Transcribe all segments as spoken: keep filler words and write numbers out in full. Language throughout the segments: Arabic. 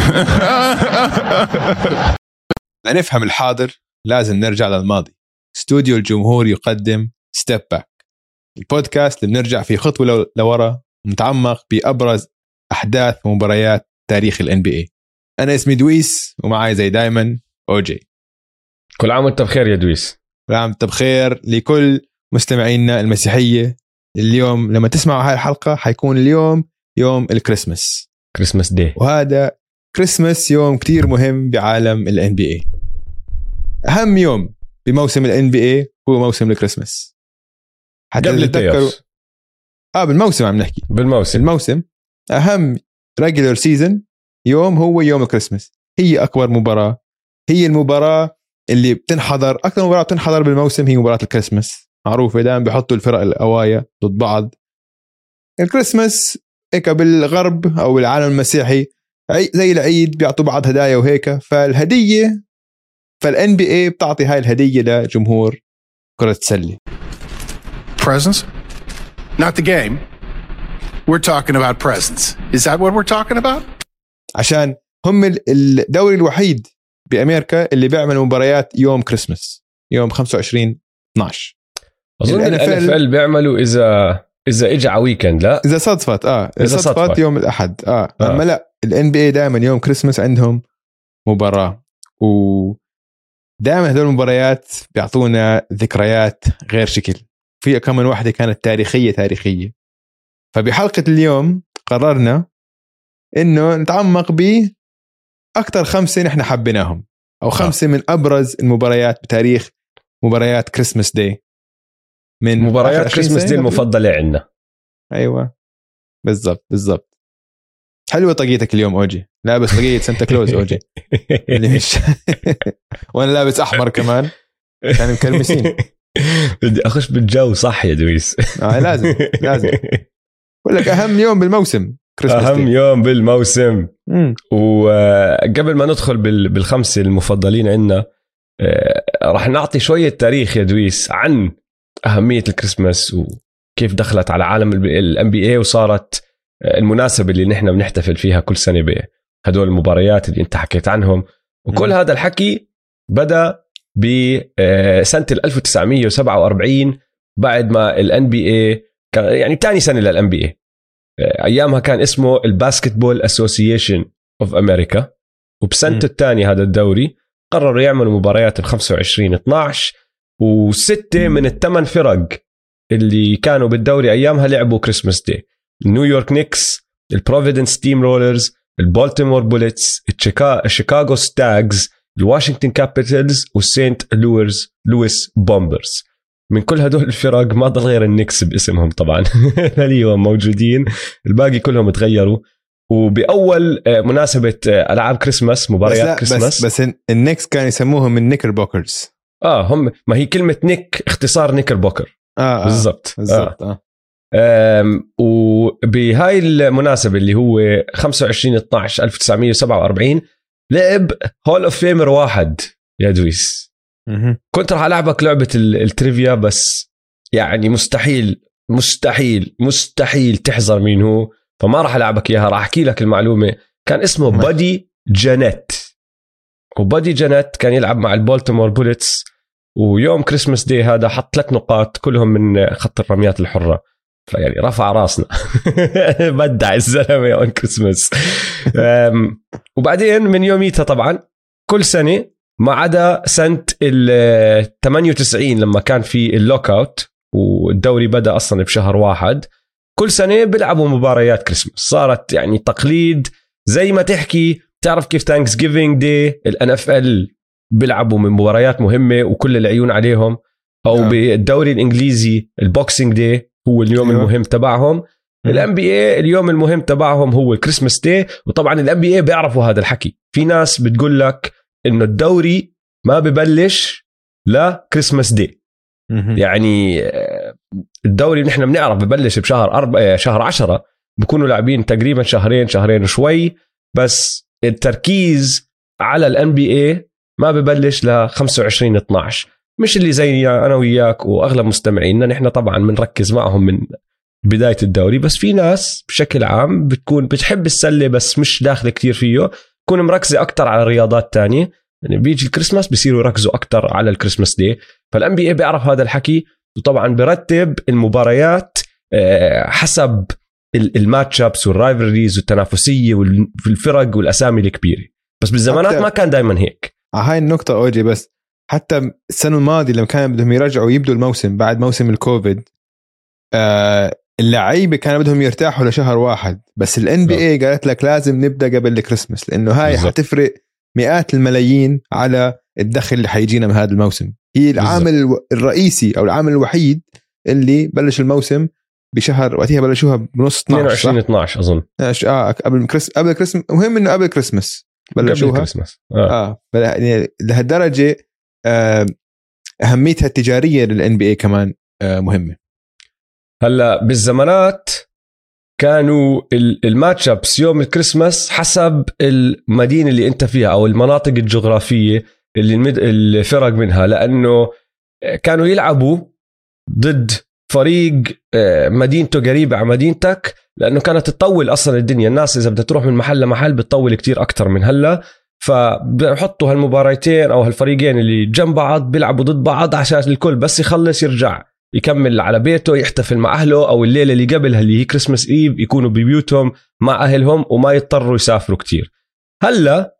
لنفهم الحاضر لازم نرجع للماضي. استوديو الجمهور يقدم ستيب باك، البودكاست اللي بنرجع فيه خطوة لورا ونتعمق بأبرز أحداث ومباريات تاريخ ال إن بي إيه. أنا اسمي دويس ومعاي زي دايما أوجي. كل عام وانت بخير يا دويس. كل عام وانت بخير لكل مستمعينا المسيحية. اليوم لما تسمعوا هاي الحلقة حيكون اليوم يوم الكريسماس، كريسماس داي، وهذا كريسماس يوم كتير مهم بعالم ال إن بي إيه. أهم يوم بموسم ال إن بي إيه هو موسم الكريسماس. حتى قبل تتذكروا اه بالموسم عم نحكي بالموسم الموسم أهم ريجولر سيزن يوم هو يوم الكريسماس. هي أكبر مباراة، هي المباراة اللي بتنحضر، أكثر مباراة بتنحضر بالموسم هي مباراة الكريسماس. معروفة دائما بيحطوا الفرق الأوايا ضد بعض. الكريسماس هيك بالغرب أو العالم المسيحي زي العيد، بيعطوا بعض هدايا وهيك. فالهدية فالإن بي إيه بتعطي هاي الهدية لجمهور كرة السلة. Presents? Not the game. We're talking about presents. Is that what we're talking about? عشان هم الدوري الوحيد بأمريكا اللي بيعمل مباريات يوم كريسماس، يوم خمسة وعشرين اثناشر. أظن ال إن إف إل بيعملوا إذا إذا إجا على ويكند، لا إذا صدفت آه إذا صدفت, صدفت يوم الأحد آه. آه. أما لا، ال إن بي إيه دائما يوم كريسماس عندهم مباراة، ودائما هذول المباريات بيعطونا ذكريات غير شكل. فيها كمان واحدة كانت تاريخية تاريخية. فبحلقة اليوم قررنا إنه نتعمق بأكثر خمسة نحن حبيناهم، أو خمسة آه. من أبرز المباريات بتاريخ مباريات كريسماس داي، من مباريات كريسماس داي المفضلة عندنا. أيوة بالضبط بالضبط. حلوة طاقيتك اليوم أوجي، لابس طاقية سانتا كلوز أوجي. ليش؟ وأنا لابس أحمر كمان، كانوا مكلمسين. بدي أخش بالجو صح يا دويس. آه لازم لازم. بقول لك أهم يوم بالموسم كريسماس أهم دي. يوم بالموسم. وقبل ما ندخل بالخمسة المفضلين عندنا، راح نعطي شوية تاريخ يا دويس عن أهمية الكريسماس وكيف دخلت على عالم ال إن بي إيه وصارت المناسبة اللي نحن بنحتفل فيها كل سنة بهدول المباريات اللي انت حكيت عنهم. وكل هذا الحكي بدأ بسنة ألف وتسعمية وسبعة وأربعين، بعد ما ال إن بي إيه كان يعني تاني سنة لل إن بي إيه. أيامها كان اسمه الباسكتبول أسوسيشن أوف أمريكا، وبسنته الثانية هذا الدوري قرروا يعملوا مباريات ال خمسة وعشرين اثناشر، وستة من الثمان فرق اللي كانوا بالدوري أيامها لعبوا كريسماس داي: نيويورك نيكس، البروفيدنس ستيم رولرز، البالتيمور بوليتس، الشيكاغو ستاغز، الواشنطن كابيتالز، والسينت لويس لويس بومبرز. من كل هدول الفرق ما ضل غير النكس باسمهم طبعا. اليوم موجودين، الباقي كلهم تغيروا. وبأول مناسبة ألعاب كريسماس، مباريات بس كريسماس، بس, بس النكس كان يسموهم النيكر بوكرز. آه هم ما هي كلمة نيك اختصار نيكر بوكر. آه بالضبط بالضبط. آه. آه. وبهاي المناسبة اللي هو خمسة وعشرين اثناشر ألف وتسعمية وسبعة وأربعين لعب هول اوف فيمر واحد يا دويس. م-م. كنت راح ألعبك لعبة التريفيا، بس يعني مستحيل مستحيل مستحيل تحذر مين هو، فما راح ألعبك إياها. راح أحكي لك المعلومة. كان اسمه م- بادي جانيت، وبادي جانيت كان يلعب مع البالتيمور بوليتس، ويوم كريسماس داي هذا حط ثلاث نقاط كلهم من خط الرميات الحرة. فيعني رفع راسنا. بدع الزلمة يوم كريسماس. وبعدين من يوميتها طبعا كل سنة ما عدا سنة ال ثمانية وتسعين لما كان في اللوك اوت والدوري بدأ أصلا بشهر واحد، كل سنة بيلعبوا مباريات كريسماس. صارت يعني تقليد، زي ما تحكي تعرف كيف تانكس جيفينج داي ال إن إف إل بيلعبوا من مباريات مهمة وكل العيون عليهم، أو آه. بالدوري الإنجليزي البوكسينج داي هو اليوم أيوة. المهم تبعهم. ال إن بي إيه اليوم المهم تبعهم هو الكريسماس داي. وطبعا ال إن بي إيه بيعرفوا هذا الحكي. في ناس بتقول لك إنه الدوري ما ببلش لا كريسماس داي، يعني الدوري نحن بنعرف ببلش بشهر أربعة شهر عشرة، بيكونوا لاعبين تقريبا شهرين شهرين وشوي، بس التركيز على ال إن بي إيه ما ببلش ل خمسة وعشرين اثناشر. مش اللي زي أنا وياك وأغلب مستمعينا نحن طبعا بنركز معهم من بداية الدوري، بس في ناس بشكل عام بتكون بتحب السلة بس مش داخل كتير فيه، تكون مركزة أكتر على رياضات تانية، يعني بيجي الكريسماس بيصيروا يركزوا أكتر على الكريسماس دي. فالان بي اي بيعرف هذا الحكي، وطبعا برتب المباريات حسب الماتش ابس والرايفلريز والتنافسية والفرق والأسامي الكبيرة. بس بالزمانات ما كان دايما هيك. هاي النقطة أوجي، بس حتى السنة الماضية لما كانوا بدهم يرجعوا يبدوا الموسم بعد موسم الكوفيد، آه اللعيبة كانوا بدهم يرتاحوا لشهر واحد، بس ال إن بي إيه قالت لك لازم نبدأ قبل الكريسماس، لأنه هاي بالزبط. حتفرق مئات الملايين على الدخل اللي حيجينا من هذا الموسم. هي العامل بالزبط. الرئيسي أو العامل الوحيد اللي بلش الموسم بشهر وقتها بلشوها بنص اثنين وعشرين اثنا عشر أظن. آه قبل الكريس قبل الكريسماس، مهم إنه قبل الكريسماس بلشوها. قبل الكريسماس. آه, آه. يعني لهالدرجة آه أهميتها التجارية للإن بي إيه كمان آه مهمة. هلا بالزمانات كانوا الماتش ابس يوم الكريسماس حسب المدينة اللي انت فيها او المناطق الجغرافية اللي المد... الفرق منها، لانه كانوا يلعبوا ضد فريق مدينته قريبة على مدينتك، لانه كانت تطول اصلا الدنيا. الناس اذا بدها تروح من محل لمحل بتطول كتير اكتر من هلا، فبحطوا هالمباراتين او هالفريقين اللي جنب بعض بيلعبوا ضد بعض عشان الكل بس يخلص يرجع يكمل على بيته يحتفل مع أهله، أو الليلة اللي قبلها اللي هي كريسماس إيف يكونوا ببيوتهم مع أهلهم وما يضطروا يسافروا كتير. هلأ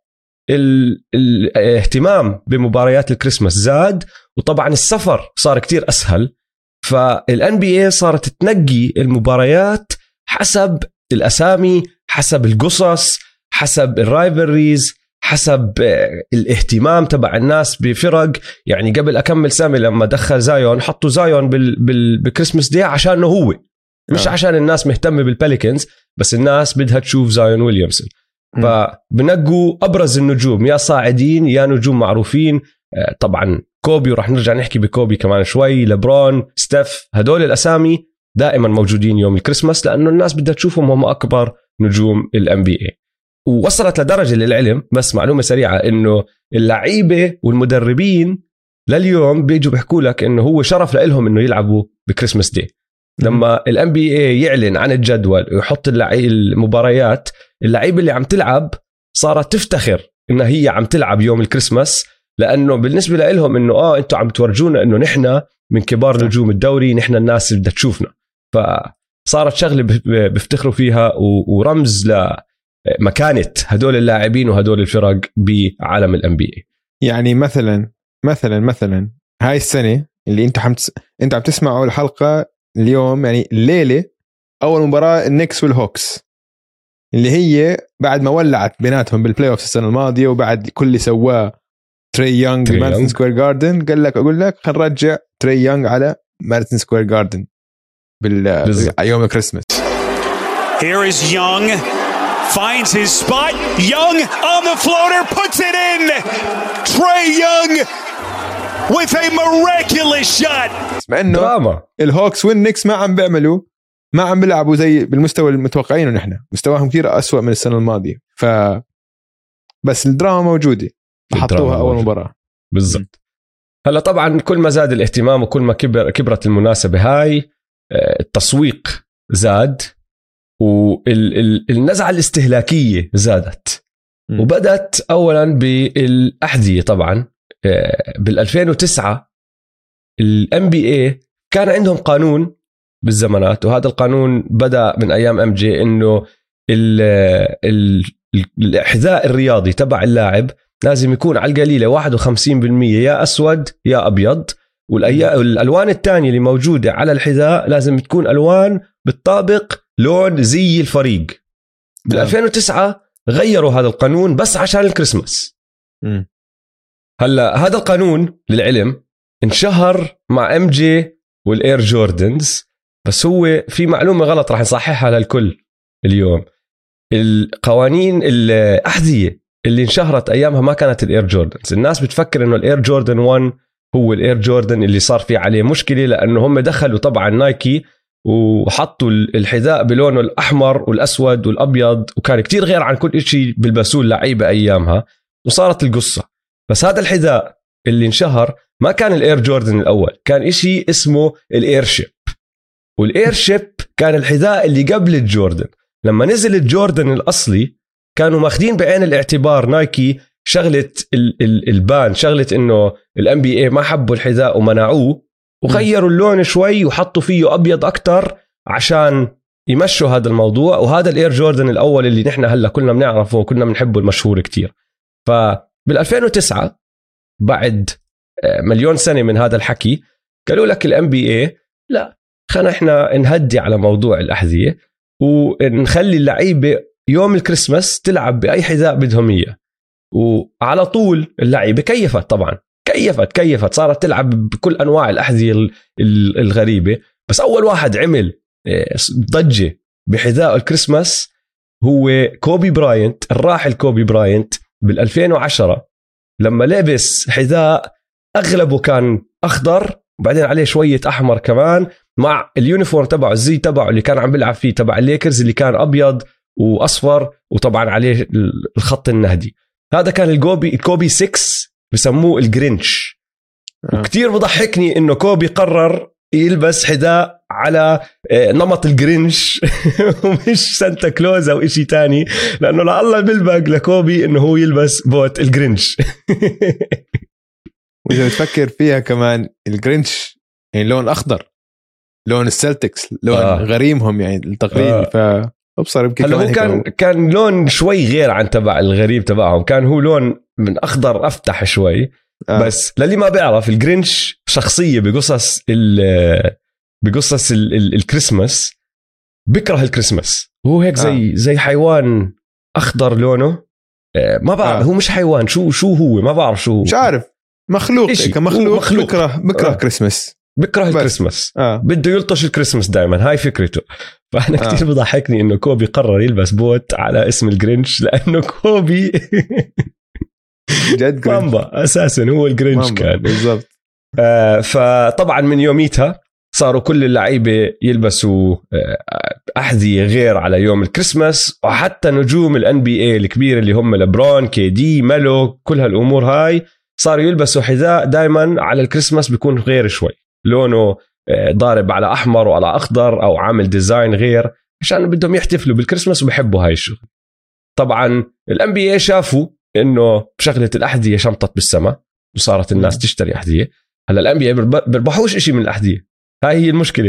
الاهتمام بمباريات الكريسماس زاد، وطبعا السفر صار كتير أسهل، فالان بي اي صارت تنقي المباريات حسب الأسامي، حسب القصص، حسب الرايفلريز، حسب الاهتمام تبع الناس بفرق. يعني قبل أكمل سامي لما دخل زايون حطوا زايون بال بال بكريسماس دي عشانه هو، مش آه. عشان الناس مهتمة بالباليكنز، بس الناس بدها تشوف زايون ويليامسون. فبنقوا أبرز النجوم، يا صاعدين يا نجوم معروفين. طبعا كوبي، ورح نرجع نحكي بكوبي كمان شوي، لبرون، ستيف، هدول الأسامي دائما موجودين يوم الكريسماس لأنه الناس بدها تشوفهم، هم أكبر نجوم الان بي اي. ووصلت لدرجة للعلم، بس معلومة سريعة، إنه اللعيبة والمدربين لليوم بيجوا بيحكوا لك إنه هو شرف لهم إنه يلعبوا بكريسماس دي. لما الان بي اي يعلن عن الجدول ويحط المباريات، اللعيبة اللي عم تلعب صارت تفتخر إنها هي عم تلعب يوم الكريسماس، لأنه بالنسبة لهم إنه آه أنتوا عم تورجونا إنه نحن من كبار نجوم الدوري، نحن الناس اللي بدها تشوفنا. فصارت شغلة بيفتخروا فيها ورمز ل مكانة هدول اللاعبين وهدول الفرق بعالم الان بي اي. يعني مثلا مثلا مثلا هاي السنة اللي انتوا حمت... انتوا عم تسمعوا الحلقة اليوم، يعني الليلة اول مباراة النكس والهوكس، اللي هي بعد ما ولعت بيناتهم بالبلاي اوف السنة الماضية، وبعد كل اللي سواه تري يونغ بماديسون سكوير جاردن، قال لك اقول لك خلينا نرجع تري يونغ على ماديسون سكوير جاردن بال يوم الكريسماس. Here is Young, finds his spot. Young on the floater, puts it in. Trae Young with a miraculous shot. مع انه الهوكس والنكس ما عم بيعملوا ما عم بيلعبوا زي بالمستوى المتوقعينه، نحن مستواهم كثير أسوأ من السنة الماضية، ف بس الدراما موجودة، حطوها أول مباراة بالضبط. هلا طبعا كل ما زاد الاهتمام وكل ما كبر كبرت المناسبة هاي، التسويق زاد والنزعة الاستهلاكية زادت. م. وبدأت أولا بالأحذية. طبعا بالألفين وتسعة الام بي اي كان عندهم قانون بالزمانات، وهذا القانون بدأ من أيام ام جي، إنه ال ال الحذاء الرياضي تبع اللاعب لازم يكون على القليلة واحد وخمسين بالمية يا أسود يا أبيض، والألوان الثانية اللي موجودة على الحذاء لازم تكون ألوان بالطابق لون زي الفريق. بال ألفين وتسعة غيروا هذا القانون بس عشان الكريسماس. م. هلا هذا القانون للعلم انشهر مع ام جي والاير جوردنز، بس هو في معلومة غلط راح نصححها للكل اليوم. القوانين الأحذية اللي انشهرت أيامها ما كانت الاير جوردنز. الناس بتفكر انه الاير جوردن واحد هو الاير جوردن اللي صار فيه عليه مشكلة، لأنه هم دخلوا طبعا نايكي وحطوا الحذاء بلونه الأحمر والأسود والأبيض، وكان كتير غير عن كل شيء بلبسوه اللعيبة أيامها، وصارت القصة. بس هذا الحذاء اللي انشهر ما كان الاير جوردن الأول، كان إشي اسمه الاير شيب. والاير شيب كان الحذاء اللي قبل الجوردن. لما نزل الجوردن الأصلي كانوا ماخدين بعين الاعتبار نايكي شغلة ال- ال- البان، شغلة إنه الام بي اي ما حبوا الحذاء ومنعوه، وغيروا اللون شوي وحطوا فيه أبيض أكتر عشان يمشوا هذا الموضوع. وهذا الإير جوردن الأول اللي نحن هلأ كلنا بنعرفه وكلنا بنحبه المشهور كتير. فبال ألفين وتسعة بعد مليون سنة من هذا الحكي قالوا لك الام بي اي لا، خلينا احنا نهدي على موضوع الأحذية ونخلي اللعيبة يوم الكريسماس تلعب بأي حذاء بدهم إياه. وعلى طول اللعيبة كيفت، طبعا كيفت كيفت صارت تلعب بكل أنواع الأحذية الغريبة. بس أول واحد عمل ضجة بحذاء الكريسماس هو كوبي براينت، الراحل كوبي براينت بالألفين وعشرة لما لبس حذاء أغلبه كان أخضر وبعدين عليه شوية أحمر كمان مع اليونيفورم تبعه، الزي تبعه اللي كان عم بيلعب فيه تبع الليكرز اللي كان أبيض وأصفر وطبعا عليه الخط النهدي. هذا كان الكوبي الكوبي ستة بسموه الجرينش. آه. وكتير بضحكني إنه كوبي قرر يلبس حذاء على نمط الجرينش ومش سانتا كلوز أو إشي تاني، لأنه لا الله بلبق لكوبي إنه هو يلبس بوت الجرينش. وإذا بتفكر فيها كمان الجرينش يعني لون أخضر، لون السلتكس، لون آه. غريمهم يعني التقليدي. آه. فأبصر يمكن هلا هو كان كان لون شوي غير عن تبع الغريب تبعهم، كان هو لون من أخضر أفتح شوي. آه. بس للي ما بيعرف الجرينش شخصية بقصص ال بقصص ال ال الكريسماس، بكره الكريسماس. هو هيك زي آه. زي حيوان أخضر لونه، آه ما بعرف. آه. هو مش حيوان، شو شو هو ما بعرف شو، مش عارف، مخلوق كمخلوق مخلوق. بكره بكره آه. كريسماس، بكره الكريسماس. آه. بده يلطش الكريسماس دائما، هاي فكرته. فأنا آه. كتير بضحكني إنه كوبي قرر يلبس بوت على اسم الجرينش، لأنه كوبي جد مامبا أساسا هو الجرينش كان بالضبط. آه فطبعا من يوميتها صاروا كل اللعيبة يلبسوا آه أحذية غير على يوم الكريسماس، وحتى نجوم الان بي اي الكبير اللي هم لبرون، كي دي، ميلو، كل هالأمور هاي صاروا يلبسوا حذاء دايما على الكريسماس بيكون غير شوي، لونه آه ضارب على أحمر وعلى أخضر أو عامل ديزاين غير عشان بدهم يحتفلوا بالكريسماس وبيحبوا هاي الشغل. طبعا الان بي اي شافوا إنه شغلة الأحذية شمطت بالسماء وصارت الناس تشتري أحذية. هلا الان بي اي بربحوش إشي من الأحذية، هاي هي المشكلة.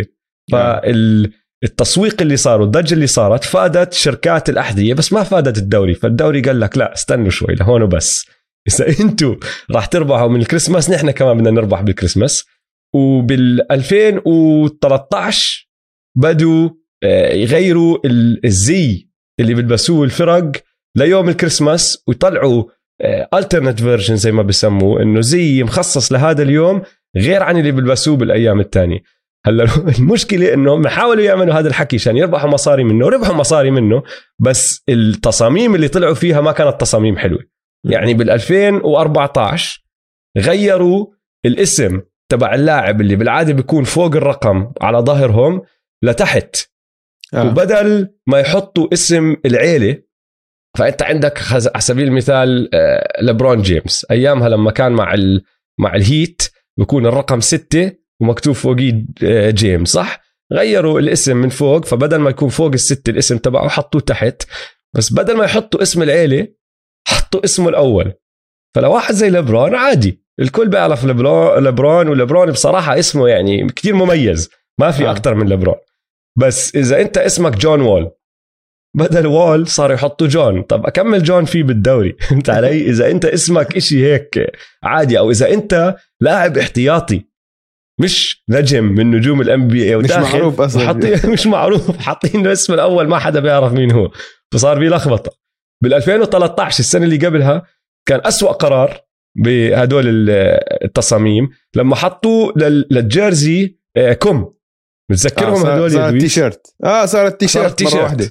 فالتسويق اللي صار والضجة اللي صارت فادت شركات الأحذية بس ما فادت الدوري. فالدوري قال لك لا استنوا شوي لهون وبس، إذا أنتوا راح تربحوا من الكريسماس نحن كمان بدنا نربح بالكريسماس. وبال ألفين وثلاثة عشر بدوا يغيروا الزي اللي بيلبسوه الفرق ليوم الكريسماس ويطلعوا alternate version زي ما بيسموه، إنه زي مخصص لهذا اليوم غير عن اللي بيلبسوه بالأيام التانية. هلا المشكلة إنهم حاولوا يعملوا هذا الحكي عشان يربحوا مصاري منه، ربحوا مصاري منه بس التصاميم اللي طلعوا فيها ما كانت تصاميم حلوة. يعني بالألفين وأربعة عشر غيروا الاسم تبع اللاعب اللي بالعادة بيكون فوق الرقم على ظهرهم لتحت. آه. وبدل ما يحطوا اسم العيلة، فأنت عندك على سبيل المثال لبرون جيمس أيامها لما كان مع ال مع الهيت بيكون الرقم ستة ومكتوب فوقيه جيمس، صح؟ غيروا الاسم من فوق، فبدل ما يكون فوق الستة الاسم تبعه حطوه تحت، بس بدل ما يحطوا اسم العيلة حطوا اسمه الأول. فلو واحد زي لبرون عادي الكل بيعرف لبرون لبرون ولبرون بصراحة اسمه يعني كتير مميز، ما في أكتر من لبرون. بس إذا أنت اسمك جون وول بدل وول صار يحطوا جون، طب أكمل جون فيه بالدوري انت علي. إذا أنت اسمك إشي هيك عادي، أو إذا أنت لاعب احتياطي مش نجم من نجوم الام بي اي مش معروف أصلا مش معروف حاطين له اسم الأول ما حدا بيعرف مين هو، فصار بيه لخبطة. بال ألفين وثلاثة عشر السنة اللي قبلها كان أسوأ قرار بهدول التصاميم لما حطوا للجيرزي كم متذكرهم آه هدول صار التيشيرت اه صار التيشيرت مرة واحدة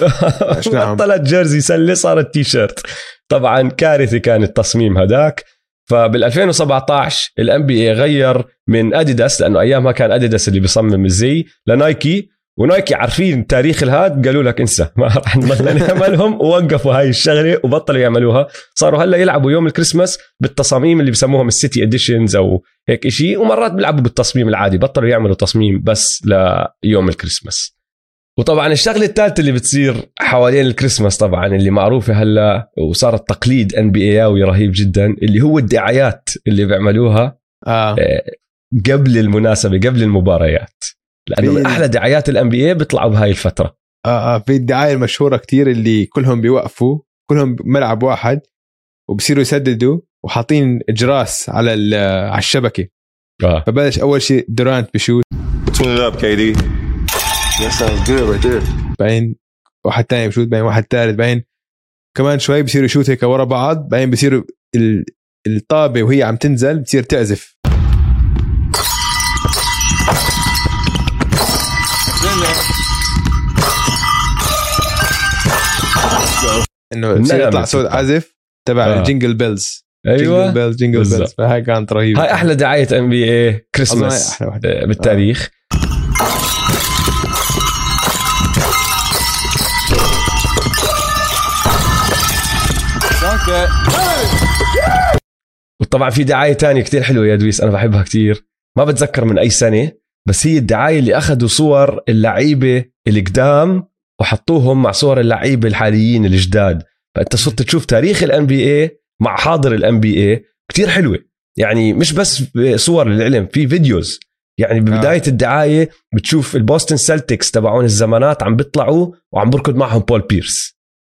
بطلت جيرزي سلة صارت تيشيرت. طبعا كارثة كان التصميم هداك. فبال ألفين وسبعة عشر الام بي اي غير من اديداس، لانه ايامها كان اديداس اللي بيصمم الزي، لنايكي. ونايكي عارفين تاريخ الهاد قالوا لك انسى ما راح نضل نعملهم، ووقفوا هاي الشغله وبطلوا يعملوها. صاروا هلا يلعبوا يوم الكريسماس بالتصاميم اللي بسموهم السيتي اديشنز او هيك إشي، ومرات بيلعبوا بالتصميم العادي، بطلوا يعملوا تصميم بس ليوم الكريسماس. وطبعا الشغله الثالثه اللي بتصير حوالين الكريسماس طبعا اللي معروفه هلا وصارت تقليد ان بي اياوي رهيب جدا اللي هو الدعايات اللي بيعملوها آه. قبل المناسبه قبل المباريات لانه من احلى دعايات الان بي اي بيطلعوا بهاي الفتره. اه اه في الدعايه المشهوره كتير اللي كلهم بيوقفوا كلهم ملعب واحد وبصيروا يسددوا وحاطين اجراس على على الشبكه. اه فبلش اول شيء دورانت بشوت Tune it up, K D. That sounds good right there. بعدين واحد تاني بشوت بعدين واحد ثالث بعدين كمان شوي بصيروا يشوت هيك ورا بعض بعدين بصيروا الطابه وهي عم تنزل بتصير تعزف. انه بصير يطلع صوت عزف تبع آه. الجينجل بيلز. ايوه جينجل بيلز جينجل بيلز. فهاي كانت رهيبه. هاي احلى دعايه ام بي اي كريسماس بالتاريخ. آه. وطبعا في دعايه تانية كتير حلوه يا دويس انا بحبها كتير ما بتذكر من اي سنه بس هي الدعايه اللي اخذوا صور اللعيبه القدام وحطوهم مع صور اللعيبه الحاليين الجداد. فانت صرت تشوف تاريخ الان بي اي مع حاضر الان بي اي كتير حلوه يعني مش بس صور للعلم في فيديوز يعني ببدايه الدعايه بتشوف البوستن سلتكس تبعون الزمانات عم بيطلعوا وعم بركض معهم بول بيرس.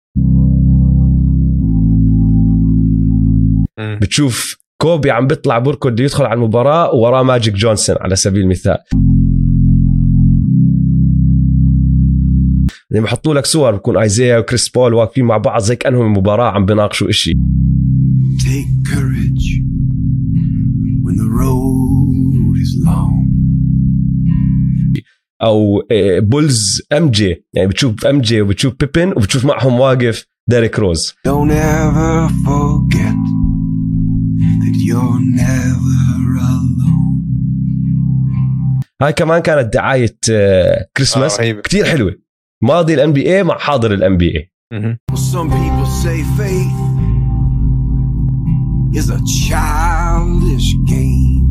بتشوف كوبي عم بيطلع بركض يدخل على المباراه ووراه ماجيك جونسون على سبيل المثال. يعني بحطوا لك صور بكون ايزايا وكريس بول واقفين مع بعض زي كأنهم المباراة عم بيناقشوا إشي. Take courage when the road is long. أو بولز أم جي يعني بتشوف أم جي وبتشوف بيبين وبتشوف معهم واقف ديريك روز. Don't ever forget that you're never alone. هاي كمان كانت دعاية كريسماس آه كتير حلوة. ماضي الان بي اي مع حاضر الان بي اي. Some people say faith is a childish game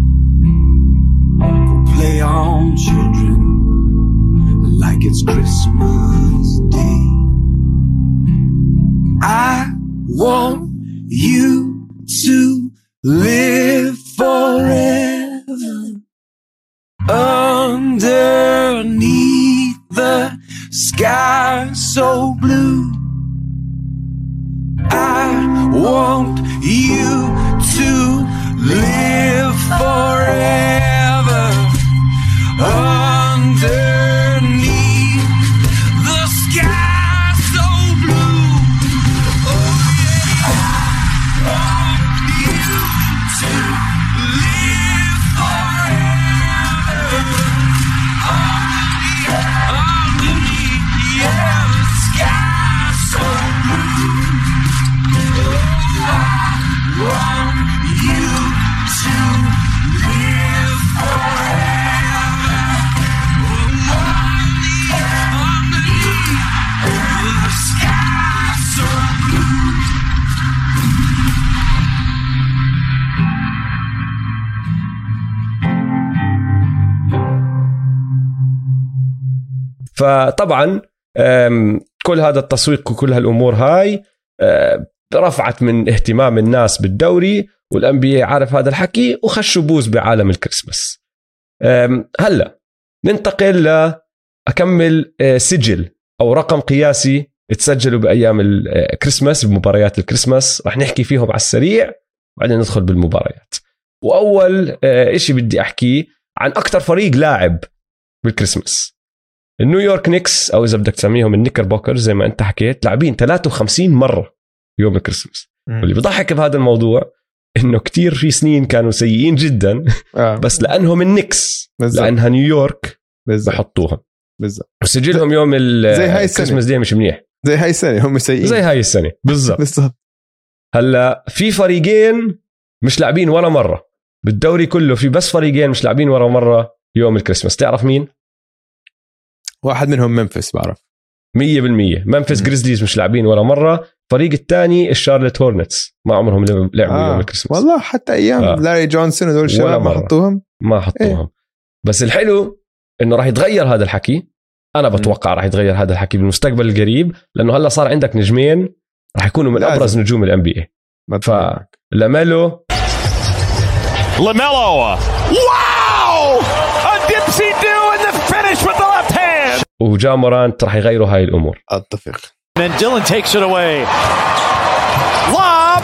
to play on children like it's Christmas Day. I want you to live forever underneath the sky so blue. I want you to live forever underneath the sky so blue. Oh yeah, I want you to live forever underneath yeah, the sky so blue. Oh, I want you to live forever underneath the sky so blue. فطبعا كل هذا التسويق وكل هالامور هاي رفعت من اهتمام الناس بالدوري والان بي اي عارف هذا الحكي وخشوا بوز بعالم الكريسماس. هلا ننتقل لاكمل سجل او رقم قياسي تسجلوا بايام الكريسماس بمباريات الكريسماس رح نحكي فيهم على السريع وبعدين ندخل بالمباريات. واول اشي بدي احكي عن اكثر فريق لاعب بالكريسماس النيويورك نيكس او اذا بدك تسميهم النيكر بوكرز زي ما انت حكيت لاعبين ثلاثة وخمسين مره يوم الكريسماس. واللي بيضحك بهذا الموضوع انه كتير في سنين كانوا سيئين جدا آه. بس لانهم النيكس بالزبط. لانها نيويورك بالزبط. بحطوها بالضبط وسجلهم يوم الكريسماس دي مش منيح زي هاي السنه هم سيئين زي هاي السنه بالضبط. هلا في فريقين مش لاعبين ولا مره بالدوري كله في بس فريقين مش لاعبين ولا مره يوم الكريسماس. تعرف مين؟ واحد منهم منفس بعرف مية بالمية منفس جريزليز مش لاعبين ولا مرة. فريق الثاني الشارلت هورنتس ما عمرهم لعبوا آه. يوم الكريسماس والله حتى أيام آه. لاري جونسون ودول الشباب ما حطوهم ما حطوهم إيه؟ بس الحلو إنه راح يتغير هذا الحكي انا بتوقع راح يتغير هذا الحكي بالمستقبل القريب، لانه هلا صار عندك نجمين راح يكونوا من لازم. ابرز نجوم الام بي اي. فلاميلو لاميلو واو a dipsy do in the finish with the left hand. وجا مورانت راح يغيروا هاي الامور. اتفق. Then Dylan takes it away. Lob.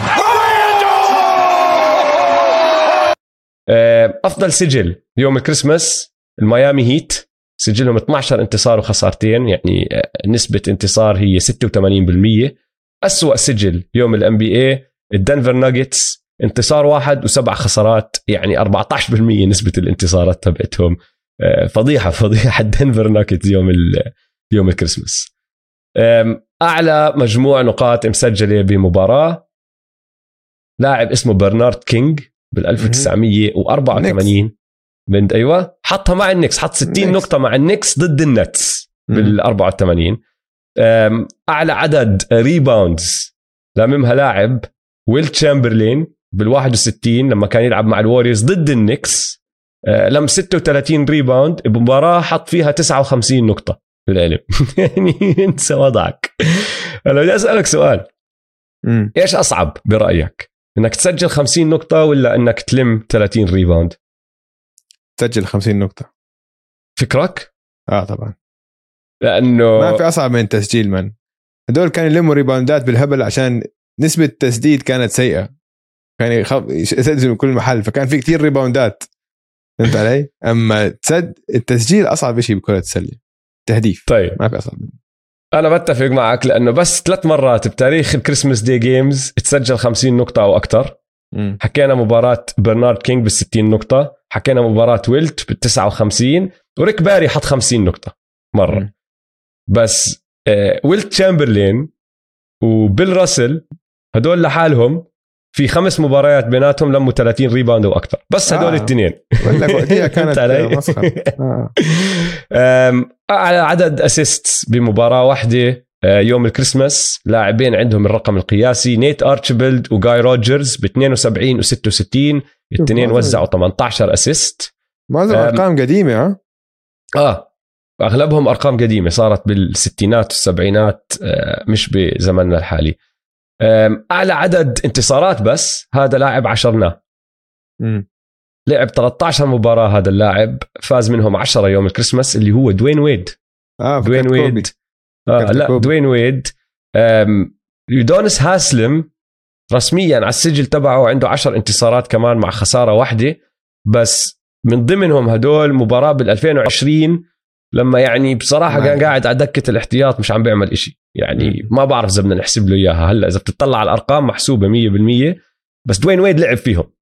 افضل سجل يوم الكريسماس الميامي هيت، سجلهم اثنا عشر انتصار وخسارتين، يعني نسبة انتصار هي ستة وثمانين بالمية. أسوأ سجل يوم الام بي اي الدنفر ناجتس، انتصار واحد وسبع خسارات، يعني أربعة عشر بالمية نسبة الانتصارات تبعتهم. فضيحة فضيحة الدنفر ناجتس يوم يوم الكريسماس. أعلى مجموع نقاط مسجلة بمباراة لاعب اسمه برنارد كينج بال ألف وتسعمية وأربعة وثمانين من ايوه حطها مع النكس، حط ستين النكس. نقطه مع النكس ضد النتس بال أربعة وثمانين. اعلى عدد ريباوندز لممها لاعب ويل تشامبرلين بال واحد وستين لما كان يلعب مع الواريوز ضد النكس، لم ستة وثلاثين ريباوند بمباراه حط فيها تسعة وخمسين نقطه بالعلم. يعني انسى وضعك. انا بدي اسالك سؤال، مم. ايش اصعب برايك، انك تسجل خمسين نقطه ولا انك تلم ثلاثين ريباوند؟ تسجل خمسين نقطة. فكرك؟ اه طبعا، لأنه ما في أصعب من تسجيل. من هدول كانوا يلموا ريباوندات بالهبل عشان نسبة التسديد كانت سيئة، كان يخف يسجل كل محل، فكان في كتير ريباوندات. فهمت علي؟ أما تسد التسجيل أصعب شيء بكرة السلة، تهديف. طيب ما في أصعب منه. أنا بتفق معك، لأنه بس ثلاث مرات بتاريخ الكريسماس دي جيمز تسجل خمسين نقطة أو أكتر. م. حكينا مباراة برنارد كينج بالستين نقطة، حكينا مباراة ويلت بالتسعة وخمسين، وريك باري حط خمسين نقطة مرة. م. بس آه ويلت تشامبرلين وبيل راسل هدول لحالهم في خمس مباريات بيناتهم لموا ثلاثين ريباوند وأكتر، بس هدول الاثنين ولا وقتها كانت مسخرة. أعلى عدد أسيست بمباراة واحدة يوم الكريسماس لاعبين عندهم الرقم القياسي، نيت أرشبيلد وغاي روجرز ب اثنين وسبعين و ستة وستين، الاثنين وزعوا ثمانية عشر أسيست. معظم أرقام قديمة. ها آه أغلبهم أرقام قديمة صارت بالستينات والسبعينات، آه مش بزمننا الحالي. أعلى عدد انتصارات بس هذا لاعب عشرناه، لعب ثلاثة عشر مباراة هذا اللاعب، فاز منهم عشرة يوم الكريسماس، اللي هو دوين ويد. آه دوين ويد آه لا كوبي. دوين ويد. يودونس هاسلم رسميا على السجل تبعه عنده عشر انتصارات كمان مع خسارة واحدة بس، من ضمنهم هدول مباراة بالألفين وعشرين لما يعني بصراحة كان قاعد على دكة الاحتياط مش عم بيعمل إشي، يعني ما بعرف إذا بدنا نحسب له إياها هلأ. إذا بتطلع على الأرقام محسوبة مية بالمية، بس دوين ويد لعب فيهم.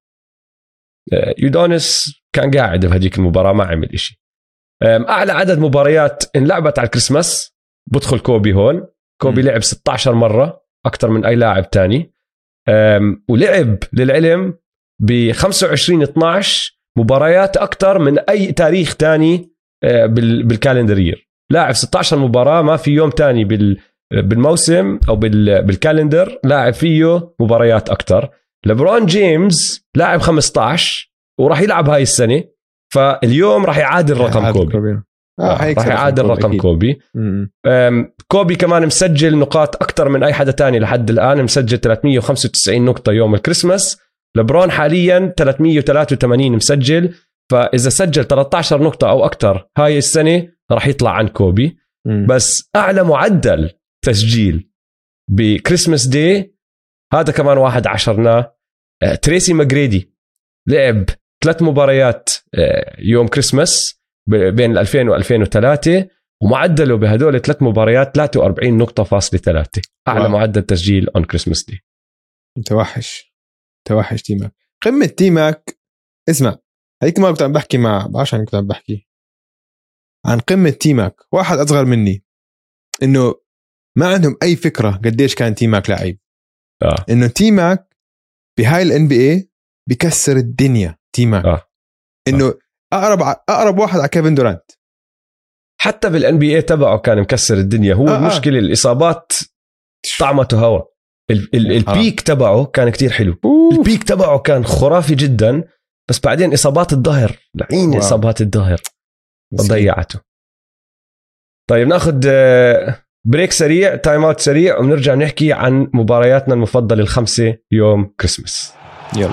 يودونس كان قاعد بهديك المباراة ما عمل إشي. أعلى عدد مباريات انلعبت على الكريسماس بدخل كوبي هون. كوبي م. لعب ستة عشر مرة، أكتر من أي لاعب تاني، ولعب للعلم ب خمسة وعشرين اثنا عشر مباريات أكتر من أي تاريخ تاني بالكالندرير. لاعب ستة عشر مباراة، ما في يوم تاني بالموسم أو بالكالندر لاعب فيه مباريات أكتر. لبرون جيمس لاعب خمسة عشر وراح يلعب هاي السنة، فاليوم راح يعادل رقم كوبي. كوبي. آه راح يعادل رقم أكيد. كوبي. كوبي كمان مسجل نقاط أكتر من أي حدا تاني لحد الآن، مسجل ثلاثمية وخمسة وتسعين نقطة يوم الكريسماس. لبرون حاليا ثلاثمية وثلاثة وثمانين مسجل، فإذا سجل ثلاثة عشر نقطة أو أكتر هاي السنة راح يطلع عن كوبي. م. بس أعلى معدل تسجيل بكريسماس دي هذا كمان واحد عشرنا، تريسي ماجريدي لعب ثلاث مباريات يوم كريسماس بين ألفين وألفين وثلاثة، ومعدله بهدول ثلاث مباريات ثلاثة وأربعين نقطة فاصلة ثلاثة، أعلى واو. معدل تسجيل on Christmas Day. توحش توحش تيماك، قمة تيماك. اسمع هيك ما كنت عم بحكي مع بعرفش عن كنت عم بحكي عن قمة تيماك، واحد أصغر مني، إنه ما عندهم أي فكرة قديش كان تيماك لعيب. آه. إنه تيماك بهاي ال إن بي إيه بيكسر الدنيا. تيماك آه. إنه آه. أقرب أقرب واحد على كيفن دورانت، حتى بالان بي اي تبعه كان مكسر الدنيا. هو آه المشكله آه. الاصابات طعمته هوا. ال- ال- البيك تبعه كان كتير حلو. أوف. البيك تبعه كان خرافي جدا، بس بعدين اصابات الظهر لعين، اصابات الظهر ضيعته. طيب ناخد بريك سريع، تايم اوت سريع، ونرجع نحكي عن مبارياتنا المفضلة الخمسة يوم كريسمس. يلا.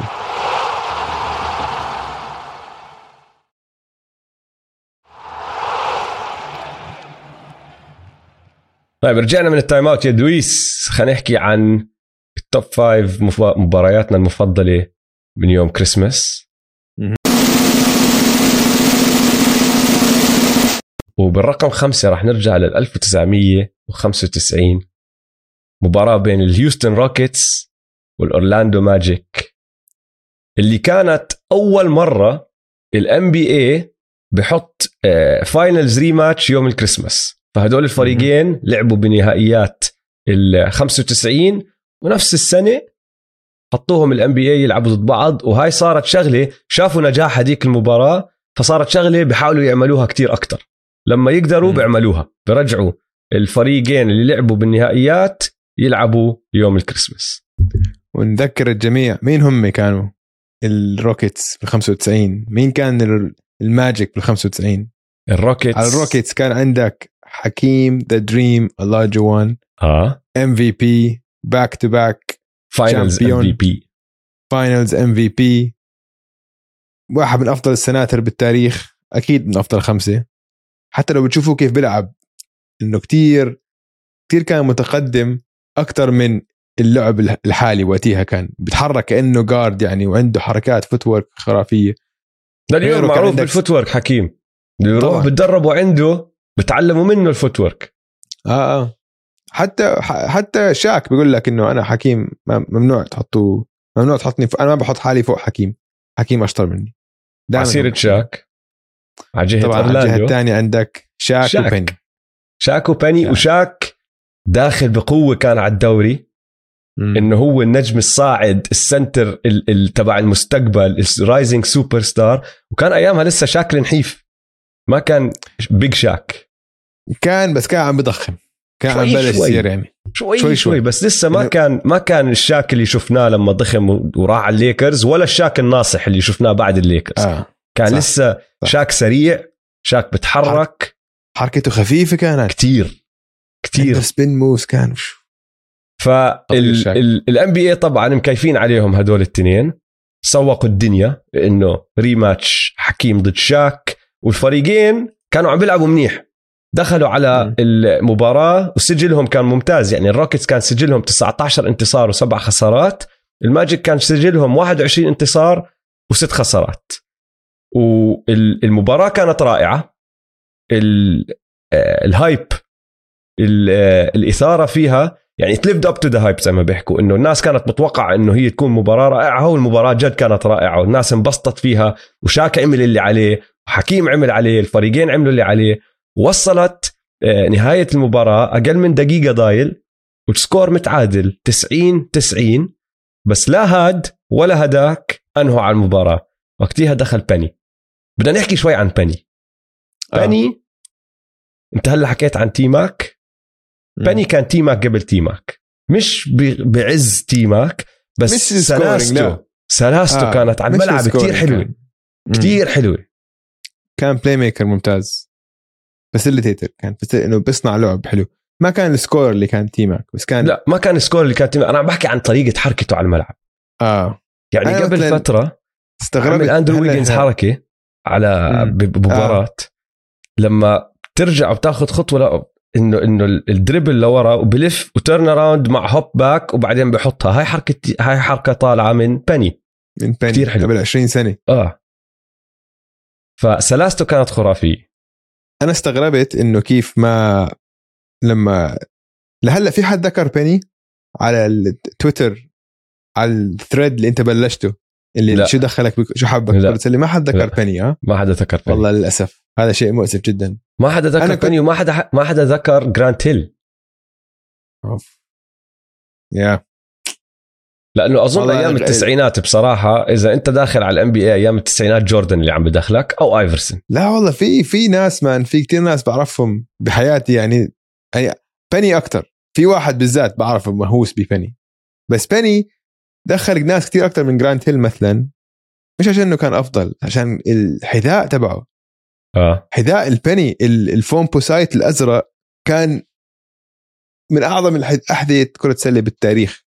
طيب رجعنا من التايم اوت يا دويس، خلينا نحكي عن التوب فايف مبارياتنا المفضلة من يوم كريسمس. وبالرقم خمسة راح نرجع لل ألف وتسعمية وخمسة وتسعين، مباراة بين الهيوستن روكيتس والأورلاندو ماجيك، اللي كانت أول مرة الام بي اي بحط فاينلز ريماتش يوم الكريسماس. فهدول الفريقين لعبوا بنهائيات ال خمسة وتسعين، ونفس السنة حطوهم الام بي اي يلعبوا ضد بعض. وهاي صارت شغلة، شافوا نجاح هذيك المباراة فصارت شغلة بيحاولوا يعملوها كتير أكتر. لما يقدروا بيعملوها، برجعوا الفريقين اللي لعبوا بالنهائيات يلعبوا يوم الكريسماس. ونذكر الجميع مين هم كانوا الروكيتس بال خمسة وتسعين، مين كان الماجيك بال خمسة وتسعين. الروكيتس على الروكيتس كان عندك حكيم ذا دريم اولاجوان، اه ام في بي باك تو باك فاينلز ام في بي فاينلز ام في بي، واحد من افضل السناتر بالتاريخ، اكيد من افضل خمسه. حتى لو بتشوفوا كيف بيلعب انه كتير كتير كان متقدم اكتر من اللعب الحالي. وقتها كان بيتحرك كانه جارد يعني، وعنده حركات فوتورك خرافيه. ده اليوم معروف بالفوتورك. حكيم بيروح بتدربوا عنده، بتعلموا منه الفوتورك. اه اه حتى حتى شاك بيقول لك انه انا حكيم ممنوع تحطوه، ممنوع تحطني ف... انا ما بحط حالي فوق حكيم، حكيم اشطر مني. عسيرة شاك على جهة طبعا. على الجهة الثانية عندك شاك, شاك وبيني شاك وبيني شاك. وشاك داخل بقوة كان على الدوري، مم. انه هو النجم الصاعد، السنتر تبع المستقبل، الرايزنج سوبر ستار. وكان ايامها لسه شاك النحيف، ما كان بيج شاك، كان بس كان عم بضخم، كان عم بلش يصير يعني شوي شوي, شوي بس لسه ما كان ما كان الشاك اللي شفناه لما ضخم وراح على الليكرز، ولا الشاك الناصح اللي شفناه بعد الليكرز. آه. كان صح. لسه صح. شاك سريع، شاك بتحرك، حركته خفيفة كانت كتير كتير، سبين موس كان. فالان بي اي طبعا مكيفين عليهم هدول التنين، سوقوا الدنيا انه ريماتش حكيم ضد شاك، والفريقين كانوا عم بيلعبوا منيح. دخلوا على م. المباراة وسجلهم كان ممتاز، يعني الروكيتس كان سجلهم تسعة عشر انتصار وسبع خسارات، الماجيك كان سجلهم واحد وعشرين انتصار وست خسارات. والمباراة كانت رائعة، الهايب الإثارة فيها يعني تليفد اب تو ذا هايب زي ما بيحكوا، انه الناس كانت متوقعة انه هي تكون مباراة رائعة، والمباراة جد كانت رائعة والناس انبسطت فيها، وشاك عمل اللي عليه وحكيم عمل عليه، الفريقين عملوا اللي عليه. وصلت نهاية المباراة أقل من دقيقة ضايل والسكور متعادل تسعين تسعين، بس لا هاد ولا هداك أنهوا على المباراة. وقتها دخل بني. بدنا نحكي شوي عن بني. آه. بني انت هلا حكيت عن تيماك، بني كان تيماك قبل تيماك، مش بعز تيماك، بس سلاسته سلاسته آه. كانت على الملعب كتير حلوة كان. كتير حلوة، كان بلاي ميكر ممتاز، فاسيليتيتر كان بس انه بيصنع لعب حلو. ما كان السكور اللي كان تيماك، بس كان لا ما كان السكور اللي كان تيماك. انا عم بحكي عن طريقه حركته على الملعب. اه يعني قبل فتره استغربت اندرو ويجنز حركه على بمباراه آه. لما ترجع وتاخذ خطوه لا انه انه الدريبل لورا وبلف وتيرن اراوند مع هوب باك وبعدين بحطها. هاي حركه هاي حركه طالعه من بني من بني كثير حلو قبل عشرين سنه. اه فسلاسته كانت خرافيه. انا استغربت انه كيف ما لما لهلا في حد ذكر بيني على التويتر على الثريد اللي انت بلشته اللي لا. شو دخلك بك... شو حبك قلت لي ما حد ذكر بيني. ها ما حدا ذكر بيني والله للاسف، هذا شيء مؤسف جدا. ما حدا ذكر بيني كنت... وما حدا ما حدا ذكر جرانت هيل. اوف يا لانه اظن ايام التسعينات بصراحه اذا انت داخل على الام بي اي ايام التسعينات جوردن اللي عم بدخلك او ايفرسون. لا والله في في ناس مان في كتير ناس بعرفهم بحياتي يعني يعني بني اكتر. في واحد بالذات بعرفه مهووس ببني، بس بني دخل ناس كتير اكتر من جرانت هيل مثلا، مش عشان انه كان افضل، عشان الحذاء تبعه اه حذاء البني الفوم بوسايت الازرق كان من اعظم الاحذيه كره سله بالتاريخ.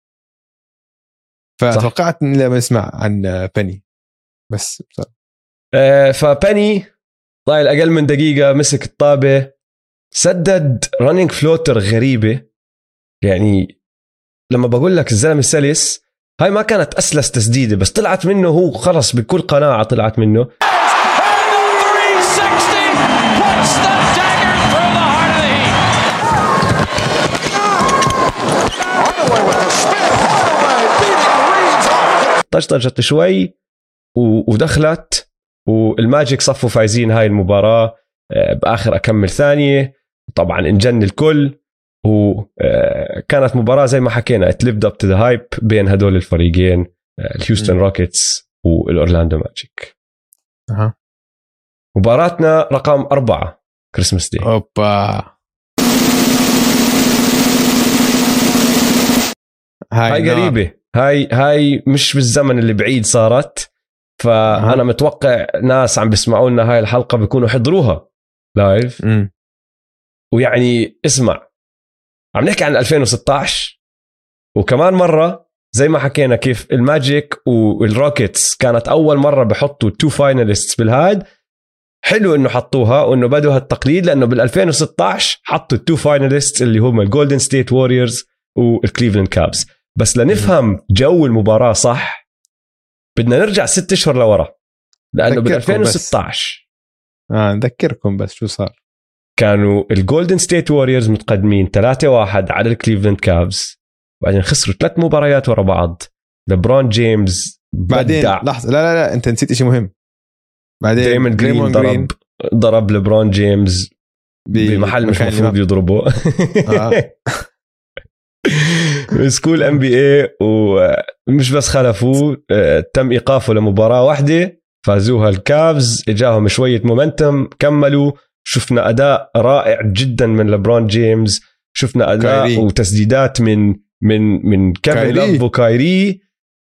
فتوقعت ان لما نسمع عن بني بس آه فبني طايل اقل من دقيقه مسك الطابه سدد رانينج فلوتر غريبه. يعني لما بقول لك الزلمه سلس هاي ما كانت اسلس تسديده بس طلعت منه هو خلص بكل قناعه طلعت منه. طشطشت شوي ودخلت والماجيك صفوا فايزين هاي المباراة بآخر أكمل ثانية. طبعا انجن الكل وكانت مباراة زي ما حكينا it lived up to the hype بين هدول الفريقين الهيوستن روكيتس والأورلاندو ماجيك. أه. مباراتنا رقم أربعة كريسمس دي. أوبا هاي, هاي قريبة هاي هاي مش بالزمن اللي بعيد صارت. فأنا متوقع ناس عم بيسمعوا لنا هاي الحلقة بيكونوا حضروها لايف. م. ويعني اسمع عم نحكي عن ألفين وستة عشر وكمان مرة زي ما حكينا كيف الماجيك والروكيتس كانت أول مرة بحطوا تو فايناليستس بالهاد. حلو إنه حطوها وإنه بدوا هالتقليد لأنه بالألفين وستة عشر حطوا التو فايناليستس اللي هم الجولدن ستيت ووريرز والكليفلاند كابز. بس لنفهم جو المباراة صح بدنا نرجع ستة أشهر لورا لأنه بال2016 آه نذكركم بس شو صار. كانوا الجولدن ستيت ووريرز متقدمين ثلاثة واحد على الكليفلاند كابز وبعدين خسروا ثلاث مباريات ورا بعض. لبرون جيمس بعدين بدع. لحظة لا لا لا أنت نسيت إشي مهم. بعدين دريموند جرين ضرب ضرب لبرون جيمس بمحل مش مفروض يضربه. آه. سكول ام بي اي ومش بس خلفوه تم ايقافه لمباراه واحده فازوها الكابز اجاهم شويه مومنتم كملوا. شفنا اداء رائع جدا من لبرون جيمس. شفنا اداء كايري. وتسديدات من من من كيفن لوف وكايري.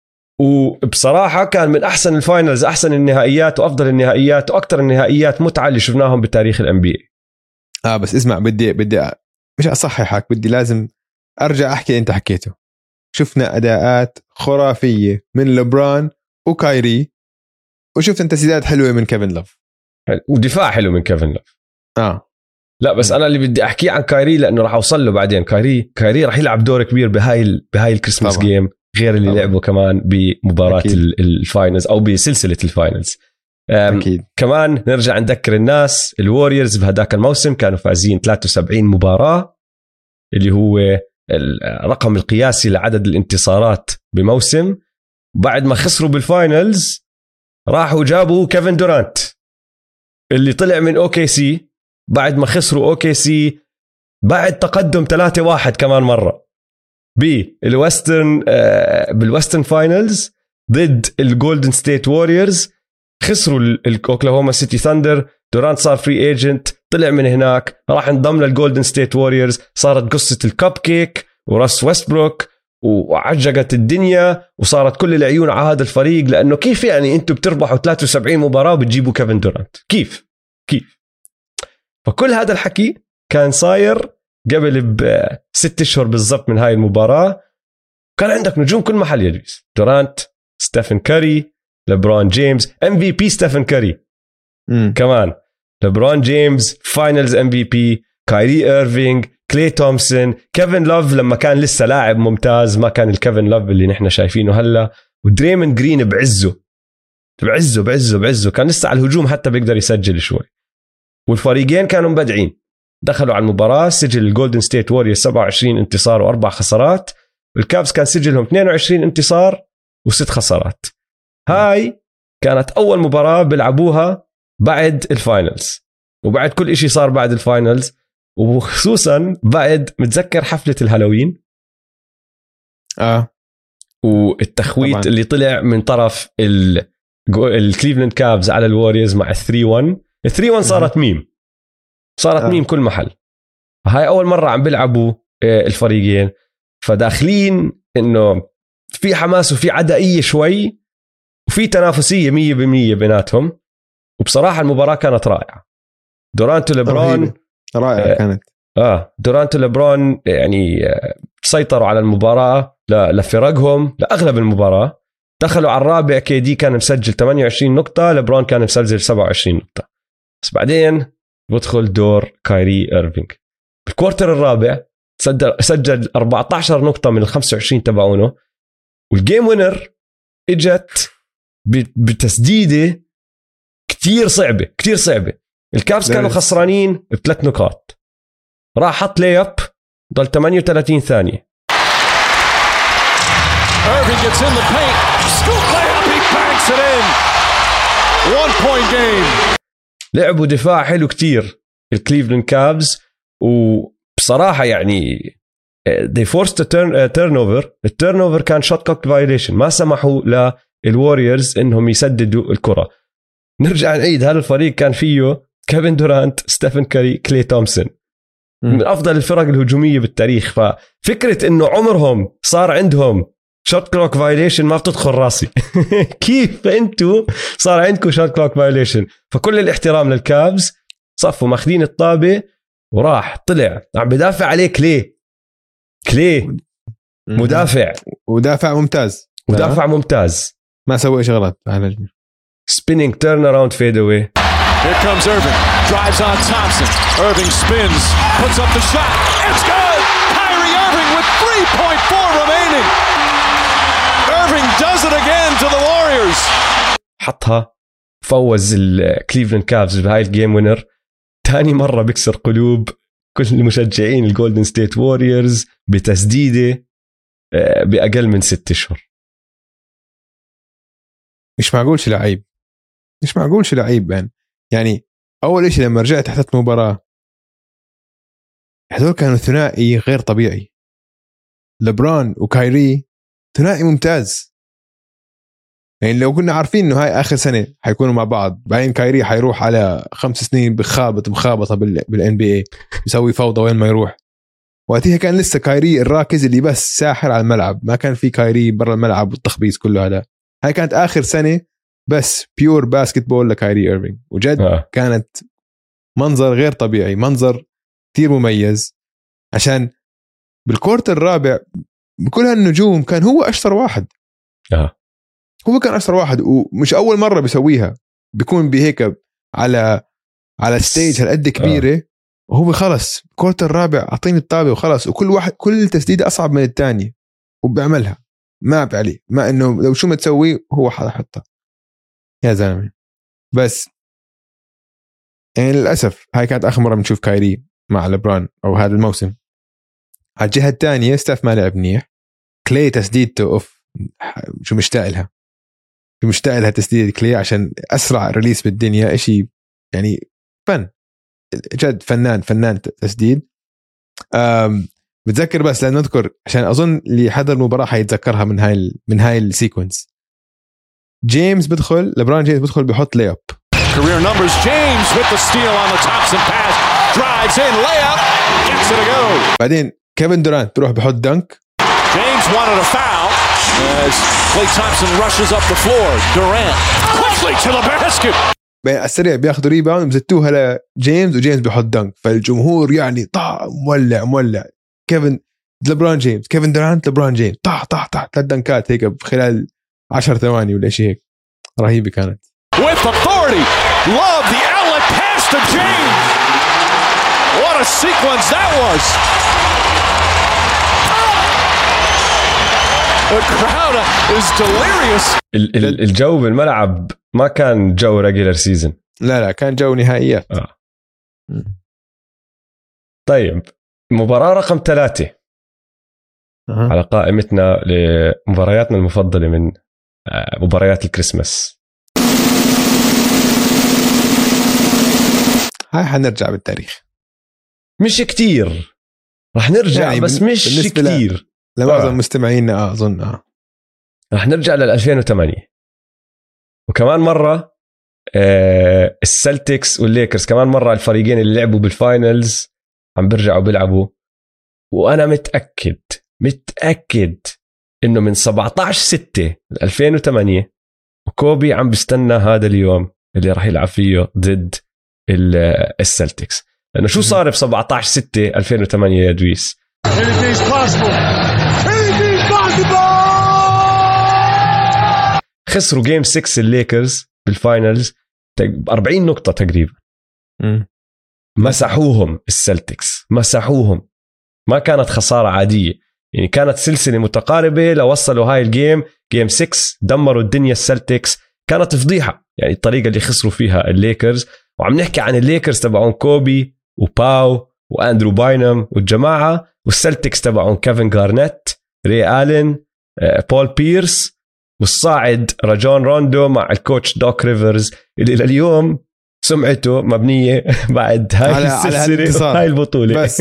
وبصراحه كان من احسن الفاينلز احسن النهائيات وافضل النهائيات واكثر النهائيات متعه اللي شفناهم بتاريخ الام بي اي. اه بس اسمع بدي بدي مش اصححك بدي لازم ارجع احكي اللي انت حكيته. شفنا اداءات خرافيه من لبران وكايري وشفنا تسديدات حلوه من كيفن لوف ودفاع حلو من كيفن لوف. اه لا بس انا اللي بدي احكيه عن كايري لانه راح اوصل له بعدين. كايري كايري راح يلعب دور كبير بهاي بهاي الكريسماس جيم غير اللي طبعا. لعبه كمان بمباراه الفاينلز او بسلسله الفاينلز. أكيد. كمان نرجع نذكر الناس الواريورز بهداك الموسم كانوا فازين ثلاثة وسبعين مباراه اللي هو الرقم القياسي لعدد الانتصارات بموسم. بعد ما خسروا بالفاينلز راحوا جابوا كيفن دورانت اللي طلع من أو كي سي بعد ما خسروا أو كي سي بعد تقدم ثلاثة واحد كمان مرة بالويسترن بالويسترن فاينلز ضد الجولدن ستيت ووريرز. خسروا الأوكلاهوما سيتي ثاندر. دورانت صار فري ايجنت طلع من هناك راح انضم للجولدن ستيت ووريرز. صارت قصة الكب كيك وراس ويستبروك وعجقت الدنيا وصارت كل العيون على هذا الفريق لأنه كيف يعني أنتوا بتربحوا ثلاثة وسبعين مباراة وبتجيبوا كيفن دورانت كيف كيف. فكل هذا الحكي كان صاير قبل بست اشهر بالضبط من هاي المباراة. كان عندك نجوم كل محل يجلس دورانت ستيفن كاري لبرون جيمس ام في بي ستيفن كاري م. كمان لبرون جيمس فاينلز ام في بي كايري إيرفينغ كلي تومسون كيفن لوف لما كان لسه لاعب ممتاز ما كان الكيفن لوف اللي نحن شايفينه هلا. ودريموند جرين بعزه بعزه بعزه بعزه كان لسه على الهجوم حتى بيقدر يسجل شوي. والفريقين كانوا مبدعين دخلوا على المباراة. سجل الجولدن ستيت وورير سبعة وعشرين انتصار وأربع خسارات. الكابز كان سجلهم اثنين وعشرين انتصار وست خسارات. هاي كانت أول مباراة بيلعبوها بعد الفاينلز وبعد كل إشي صار بعد الفاينلز وخصوصا بعد متذكر حفلة الهالوين آه والتخويت طبعاً. اللي طلع من طرف الكليفلاند كابز على الواريورز مع ثري ون. ثري ون صارت ميم صارت آه. ميم كل محل. هاي أول مرة عم بيلعبوا الفريقين فداخلين إنه في حماس وفي عدائية شوي وفي تنافسية مية بالمية بيناتهم. وبصراحة المباراة كانت رائعة دورانت وليبرون رائعة كانت. اه دورانت وليبرون يعني سيطروا على المباراة لفرقهم لأغلب المباراة. دخلوا على الرابع كي دي كان مسجل ثمانية وعشرين نقطة، ليبرون كان مسجل سبعة وعشرين نقطة. بس بعدين بدخل دور كايري إيرفينغ بالكوارتر الرابع، سجل أربعة عشر نقطة من ال خمسة وعشرين تبعونه، والجيم وينر اجت بتسديدة كتير صعبة كتير صعبة. الكابس كانوا خسرانين بثلاث نقاط، راح حط لي اب ضل ثمانية وثلاثين ثانية. Irving gets in the paint. Scoop layup, he banks it in. One point game. لعبوا دفاع حلو كتير الكليفلاند كابز، وبصراحة يعني they forced a turn, uh, turnover. التيرنوفر كان shot clock violation، ما سمحوا للواريورز انهم يسددوا الكرة. نرجع نعيد، هذا الفريق كان فيه كيفن دورانت، ستيفن كاري، كلي تومسون، من افضل الفرق الهجومية بالتاريخ. ففكرة انه عمرهم صار عندهم شوت كلوك فايليشن ما بتدخل راسي. كيف انتو صار عندكم شوت كلوك فايليشن؟ فكل الاحترام للكابز، صفوا ماخذين الطابة وراح طلع عم بدافع عليك. ليه كلي مدافع ودافع ممتاز مدافع ممتاز ما سوى شغلات على spinning turn around fade away. Here comes Irving, drives on Thompson. Irving spins, puts up the shot. It's good. Kyrie Irving with three point four remaining. Irving does it again to the Warriors. حطها، فوز الكليفلاند كافز بهاي الجيم وينر. تاني مرة بكسر قلوب كل المشجعين الجولدن ستيت ووريرز بتسديدة بأقل من ست أشهر. مش معقول شي لعيب، مش معقول شي لعيب يعني. يعني أول إشي لما رجعت حتى المباراة هذول كانوا ثنائي غير طبيعي. لبران وكايري ثنائي ممتاز. يعني لو كنا عارفين إنه هاي آخر سنة حيكونوا مع بعض، بعدين كايري حيروح على خمس سنين بخابط مخابطة بالإن بي إيه، يسوي فوضى وين ما يروح. وقتها كان لسه كايري الراكز اللي بس ساحر على الملعب، ما كان في كايري برا الملعب والتخبيص كله هذا. هاي كانت آخر سنة بس بيور باسكتبول لكايري إيرفينغ، وجد آه. كانت منظر غير طبيعي، منظر كتير مميز. عشان بالكورت الرابع بكل هالنجوم كان هو أشطر واحد. آه. هو كان أشطر واحد، ومش أول مرة بيسويها، بيكون بهيك على على ستيج هالقد كبيرة آه. وهو خلص كورت الرابع أعطيني الطابة وخلص، وكل واحد كل تسديدة أصعب من الثانية وبيعملها، ما بعلي ما إنه لو شو ما تسوي هو حطها يا زلمة. بس يعني للأسف هاي كانت آخر مرة بنشوف كايري مع لبران أو هذا الموسم. على الجهة الثانية ستاف ما لعب منيح، كلي تسديدته أوف شو مشتاق لها، شو مشتاق لها تسديد كلي عشان أسرع ريليس بالدنيا. إشي يعني فن جد، فنان فنان تسديد. بتذكر بس لأن نذكر عشان أظن اللي حضر المباراة حيتذكرها من هاي من هاي السيكونس. جيمس بدخل، لبران جيمس بدخل بيحط لي اب. Career numbers. James with the steal on the Thompson pass. Drives in, layup, gets it to go. بعدين كيفن دورانت بيروح بيحط دنك. James wanted a foul as Klay Thompson rushes up the floor. Durant quickly to the basket. بين السريع بياخذوا ريباوند بزتوها لجيمس، وجيمس بيحط دنك. فالجمهور يعني طاح مولع مولع. كيفن لبران جيمس، كيفن دورانت، لبران جيمس، طاح طاح طاح ثلاث دنكات هيك خلال عشر ثواني ولا شيء هيك، رهيبة كانت. With authority, love the outlet pass to James. What a sequence that was. The crowd is delirious. الجو بالملعب ما كان جو ريجولر سيزن، لا لا كان جو نهائيات. آه. طيب مباراة رقم ثلاثة أه. على قائمتنا لمبارياتنا المفضلة من مباريات الكريسماس. هاي حنرجع بالتاريخ، مش كتير رح نرجع يعني بس مش كتير لمعظم مستمعينا آه أظن آه. رح نرجع لل ألفين وثمانية، وكمان مرة آه السلتكس والليكرز، كمان مرة الفريقين اللي لعبوا بالفاينلز عم برجعوا بيلعبوا. وأنا متأكد متأكد إنه من سبعة عشر ستة ألفين وثمانية وكوبي عم بستنى هذا اليوم اللي راح يلعب فيه ضد السلتكس. لانه شو صار في سبعة عشر ستة ألفين وثمانية يا دويس؟ خسروا جيم ستة الليكرز بالفاينلز أربعين نقطة تقريبا. م. مسحوهم السلتكس، مسحوهم. ما كانت خسارة عادية، يعني كانت سلسلة متقاربة. لو وصلوا هاي الجيم جيم ستة دمروا الدنيا السلتكس. كانت فضيحة يعني الطريقة اللي خسروا فيها الليكرز. وعم نحكي عن الليكرز تبعون كوبي وباو وأندرو باينم والجماعة، والسلتكس تبعون كيفن غارنيت، ري آلين، بول بيرس، والصاعد راجون روندو مع الكوتش دوك ريفرز اللي لليوم سمعته مبنية بعد هاي على السلسلة وهاي البطولة بس.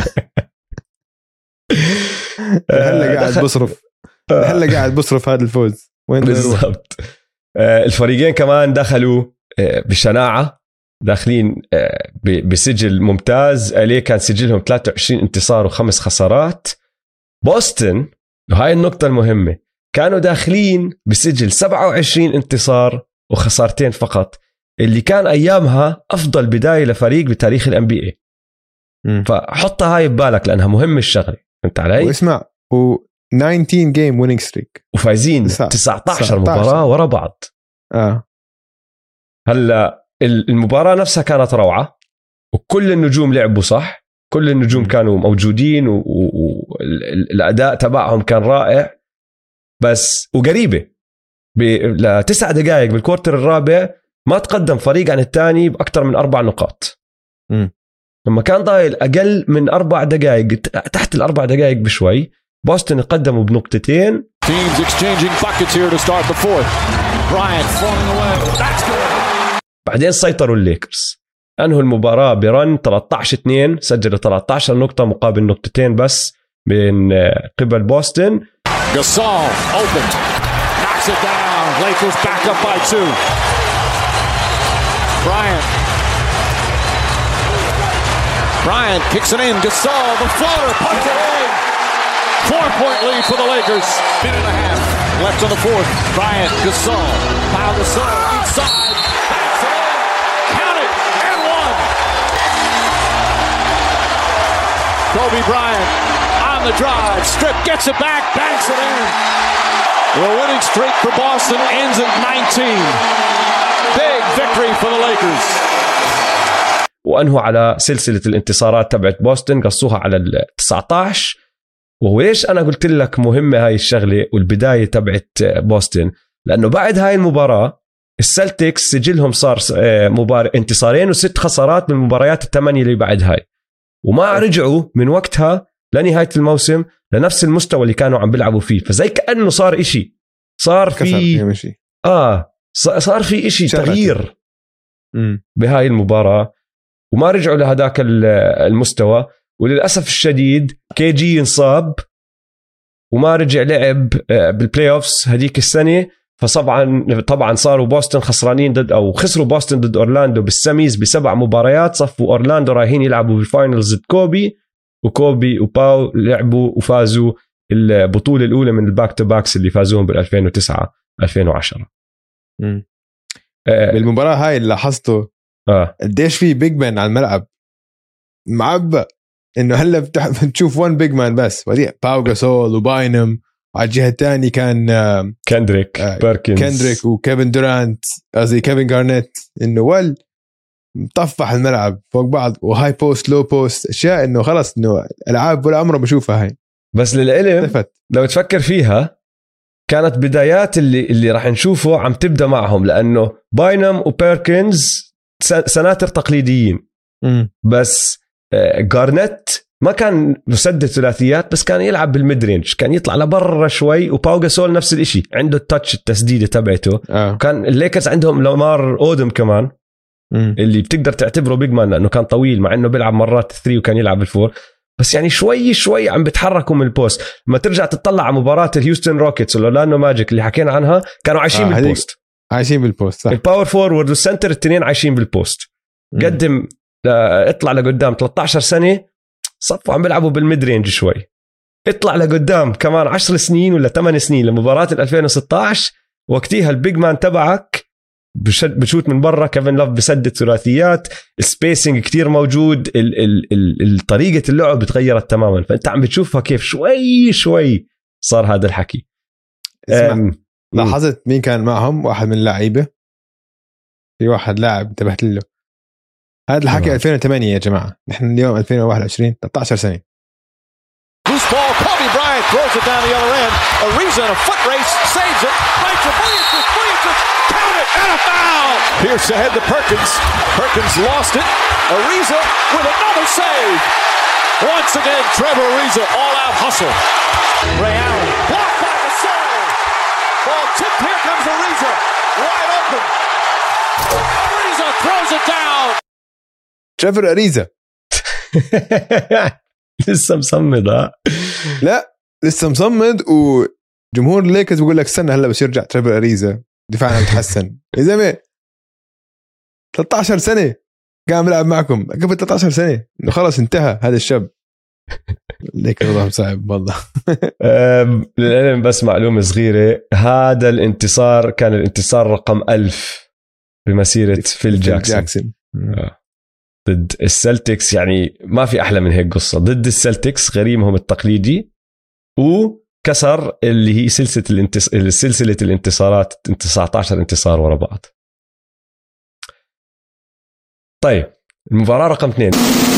هلا قاعد بصرف هلا قاعد بصرف هذا الفوز وين بالضبط. الفريقين كمان دخلوا بشناعة، داخلين بسجل ممتاز. عليه كان سجلهم ثلاثة وعشرين انتصار وخمس خسارات. بوسطن وهاي النقطة المهمة كانوا داخلين بسجل سبعة وعشرين انتصار وخسارتين فقط، اللي كان أيامها أفضل بداية لفريق بتاريخ الام بي اي. فحطها هاي ببالك لأنها مهمة الشغلة. انت علي؟ واسمع، و تسعة عشر جيم وينينج ستريك وفايزين تسعة عشر مباراة ورا بعض. اه هلا المباراة نفسها كانت روعة، وكل النجوم لعبوا صح، كل النجوم م. كانوا موجودين، والأداء تبعهم كان رائع. بس وقريبة لتسع دقائق بالكورتر الرابع ما تقدم فريق عن الثاني بأكثر من أربع نقاط. م. لما كان ضايل أقل من أربع دقائق، تحت الأربع دقائق بشوي، بوسطن قدموا بنقطتين. بعدين سيطروا الليكرز، أنهوا المباراة برن ثلاثة عشر اثنين، سجلوا ثلاثة عشر نقطة مقابل نقطتين بس من قبل بوسطن. Gasol open, knocks it down. Lakers back up by two. Bryant. Bryant kicks it in. Gasol, the floater, puts it in. Four-point lead for the Lakers. Minute and a half left on the fourth. Bryant, Gasol, Pau Gasol inside. Backs it in. Count it and one. Kobe Bryant on the drive. Strip gets it back. Banks it in. The winning streak for Boston ends at nineteen. Big victory for the Lakers. وأنهوا على سلسلة الانتصارات تبعت بوسطن، قصوها على ال تسعة عشر. وليش أنا قلت لك مهمة هاي الشغلة والبداية تبعت بوسطن؟ لأنه بعد هاي المباراة السلتكس سجلهم صار مبار... انتصارين وست خسارات من المباريات الثمانية اللي بعد هاي، وما رجعوا من وقتها لنهاية الموسم لنفس المستوى اللي كانوا عم بيلعبوا فيه. فزي كأنه صار إشي، صار في آه صار في إشي تغيير بهاي المباراة، وما رجعوا لهداك المستوى. وللأسف الشديد كي جي انصاب وما رجع لعب بالبلاي أوفس هديك السنة. فطبعا طبعا صاروا بوسطن خسرانين ضد أو خسروا بوسطن ضد أورلاندو بالسميز بسبع مباريات. صفوا أورلاندو رايحين يلعبوا بالفاينلز ضد كوبي، وكوبي وباو لعبوا وفازوا البطولة الأولى من الباك تو باكس اللي فازوهم بال2009 ألفين وعشرة. امم آه بالمباراة هاي اللي لاحظته اه قديش في بيج مان على الملعب، معبأ انه هلا بتشوف وان بيج مان بس، ودي باو غاسول وباينم، وعلى الجهة الثانية كان آه كندريك آه بيركنز كندريك وكيفن دورانت، قصدي كيفن غارنيت، انه ول مطفح الملعب فوق بعض، وهاي بوست لو بوست، اشياء انه خلص انه العاب ولا عمره بشوفها هاي. بس للعلم تفت. لو تفكر فيها كانت بدايات اللي اللي راح نشوفه عم تبدا معهم، لانه باينم وبيركنز سناتر تقليديين م. بس غارنيت ما كان مسدد ثلاثيات، بس كان يلعب بالميدرينج، كان يطلع لبرا شوي. وباو غاسول نفس الاشي، عنده التاتش التسديده تبعته آه. كان الليكرز عندهم لامار اودم كمان م. اللي بتقدر تعتبره بيج مان لانه كان طويل، مع انه بيلعب مرات ثري وكان يلعب الفور، بس يعني شوي شوي عم بتحركوا من البوست. لما ترجع تطلع على مباراة الهيوستن روكيتس والأورلاندو ماجيك اللي حكينا عنها، كانوا عايشين آه بالبوست عايشين بالبوست صح. الباور فورورد والسنتر الاثنين عايشين بالبوست. م. قدم اطلع لقدام ثلاثة عشر سنة صفوا عم بيلعبوا بالميد رينج شوي، اطلع لقدام كمان عشر سنين ولا ثمان سنين لمباراة ألفين وستة عشر، وقتها البيج مان تبعك بشوت من برا، كيفن لوف بسدد ثلاثيات، السبيسنج كتير موجود، ال ال ال طريقة اللعب بتغيرت تماما. فأنت عم بتشوفها كيف شوي شوي صار هذا الحكي. لاحظت مين كان معهم؟ واحد من اللعيبة، في واحد لاعب انتبهت له. هذا الحكي أوه. ألفين وثمانية يا جماعة، نحن اليوم ألفين وواحد وعشرين، ثلاثة عشر سنة. Loose ball, Kobe Bryant throws it down the other end. Ariza in a foot race, saves it. Right to Williams, Williams, count it, and a foul. Pierce ahead to Perkins. Perkins lost it. Ariza with another save. Once again, Trevor Ariza, all-out hustle. Ray Allen, blocked by the serve. Ball tipped, here comes Ariza, wide open. Ariza throws it down. Trevor Ariza. لسه مصمد. ها لا لسه مصمد، وجمهور الليكرز بيقول لك استنى هلا بس يرجع تريفر أريزا دفاعنا متحسن. يا زلمه ثلاثة عشر سنه قام يلعب معكم، قبل ثلاثة عشر سنه انه خلص انتهى هذا الشاب. الليكرز والله صعب والله. للعلم بس معلومه صغيره، هذا الانتصار كان الانتصار رقم ألف بمسيره فيل جاكسون, جاكسون. ضد السلتكس. يعني ما في أحلى من هيك قصة، ضد السلتكس غريمهم التقليدي، وكسر اللي هي سلسلة الانتص... سلسلة الانتصارات، تسعة عشر انتصار ورا بعض. طيب المباراة رقم اثنين.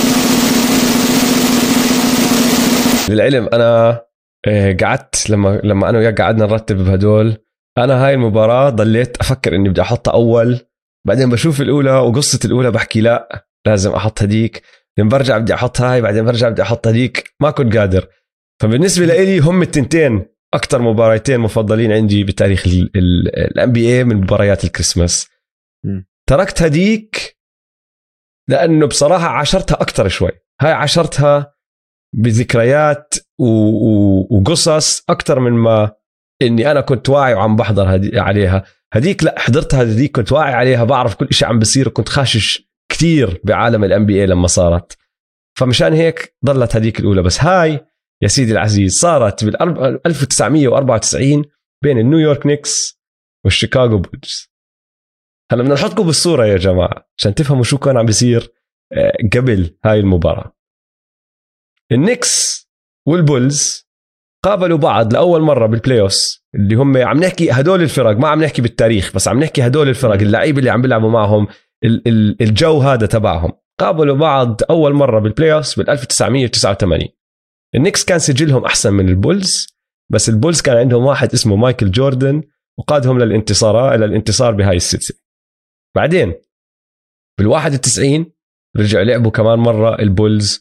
للعلم أنا قعدت لما لما أنا وياك قعدنا نرتب بهدول، أنا هاي المباراة ضليت أفكر إني بدي أحطها أول، بعدين بشوف الأولى وقصة الأولى بحكي لا لازم أحط هديك، بعدين برجع بدي أحط هاي، بعدين برجع بدي أحط هديك، ما كنت قادر. فبالنسبة لي هم التنتين أكتر مباراتين مفضلين عندي بتاريخ ال إن بي إيه من مباريات الكريسماس. تركت هديك لأنه بصراحة عشرتها أكتر شوي، هاي عشرتها بذكريات وقصص أكتر من ما إني أنا كنت واعي وعم بحضر عليها. هديك لا حضرتها، هديك كنت واعي عليها، بعرف كل إشي عم بصير، وكنت خاشش كتير بعالم ال إن بي إيه لما صارت، فمشان هيك ضلت هديك الأولى. بس هاي يا سيدي العزيز صارت بال ألف وتسعمية وأربعة وتسعين بين النيويورك نيكس والشيكاغو بولز. هلا بدنا نحطكم بالصورة يا جماعة عشان تفهموا شو كان عم بيصير قبل هاي المباراة. النيكس والبولز قابلوا بعض لأول مرة بالبلايوس، اللي هم عم نحكي هدول الفرق، ما عم نحكي بالتاريخ بس عم نحكي هدول الفرق، اللعيبة اللي عم بيلعبوا معهم، الجو هذا تبعهم. قابلوا بعض أول مرة بالبلايوس بال ألف وتسعمية وتسعة وثمانين. النيكس كان سجلهم أحسن من البولز، بس البولز كان عندهم واحد اسمه مايكل جوردن وقادهم للانتصار إلى الانتصار بهاي السلسلة. بعدين بالواحد وتسعين رجعوا لعبوا كمان مرة البولز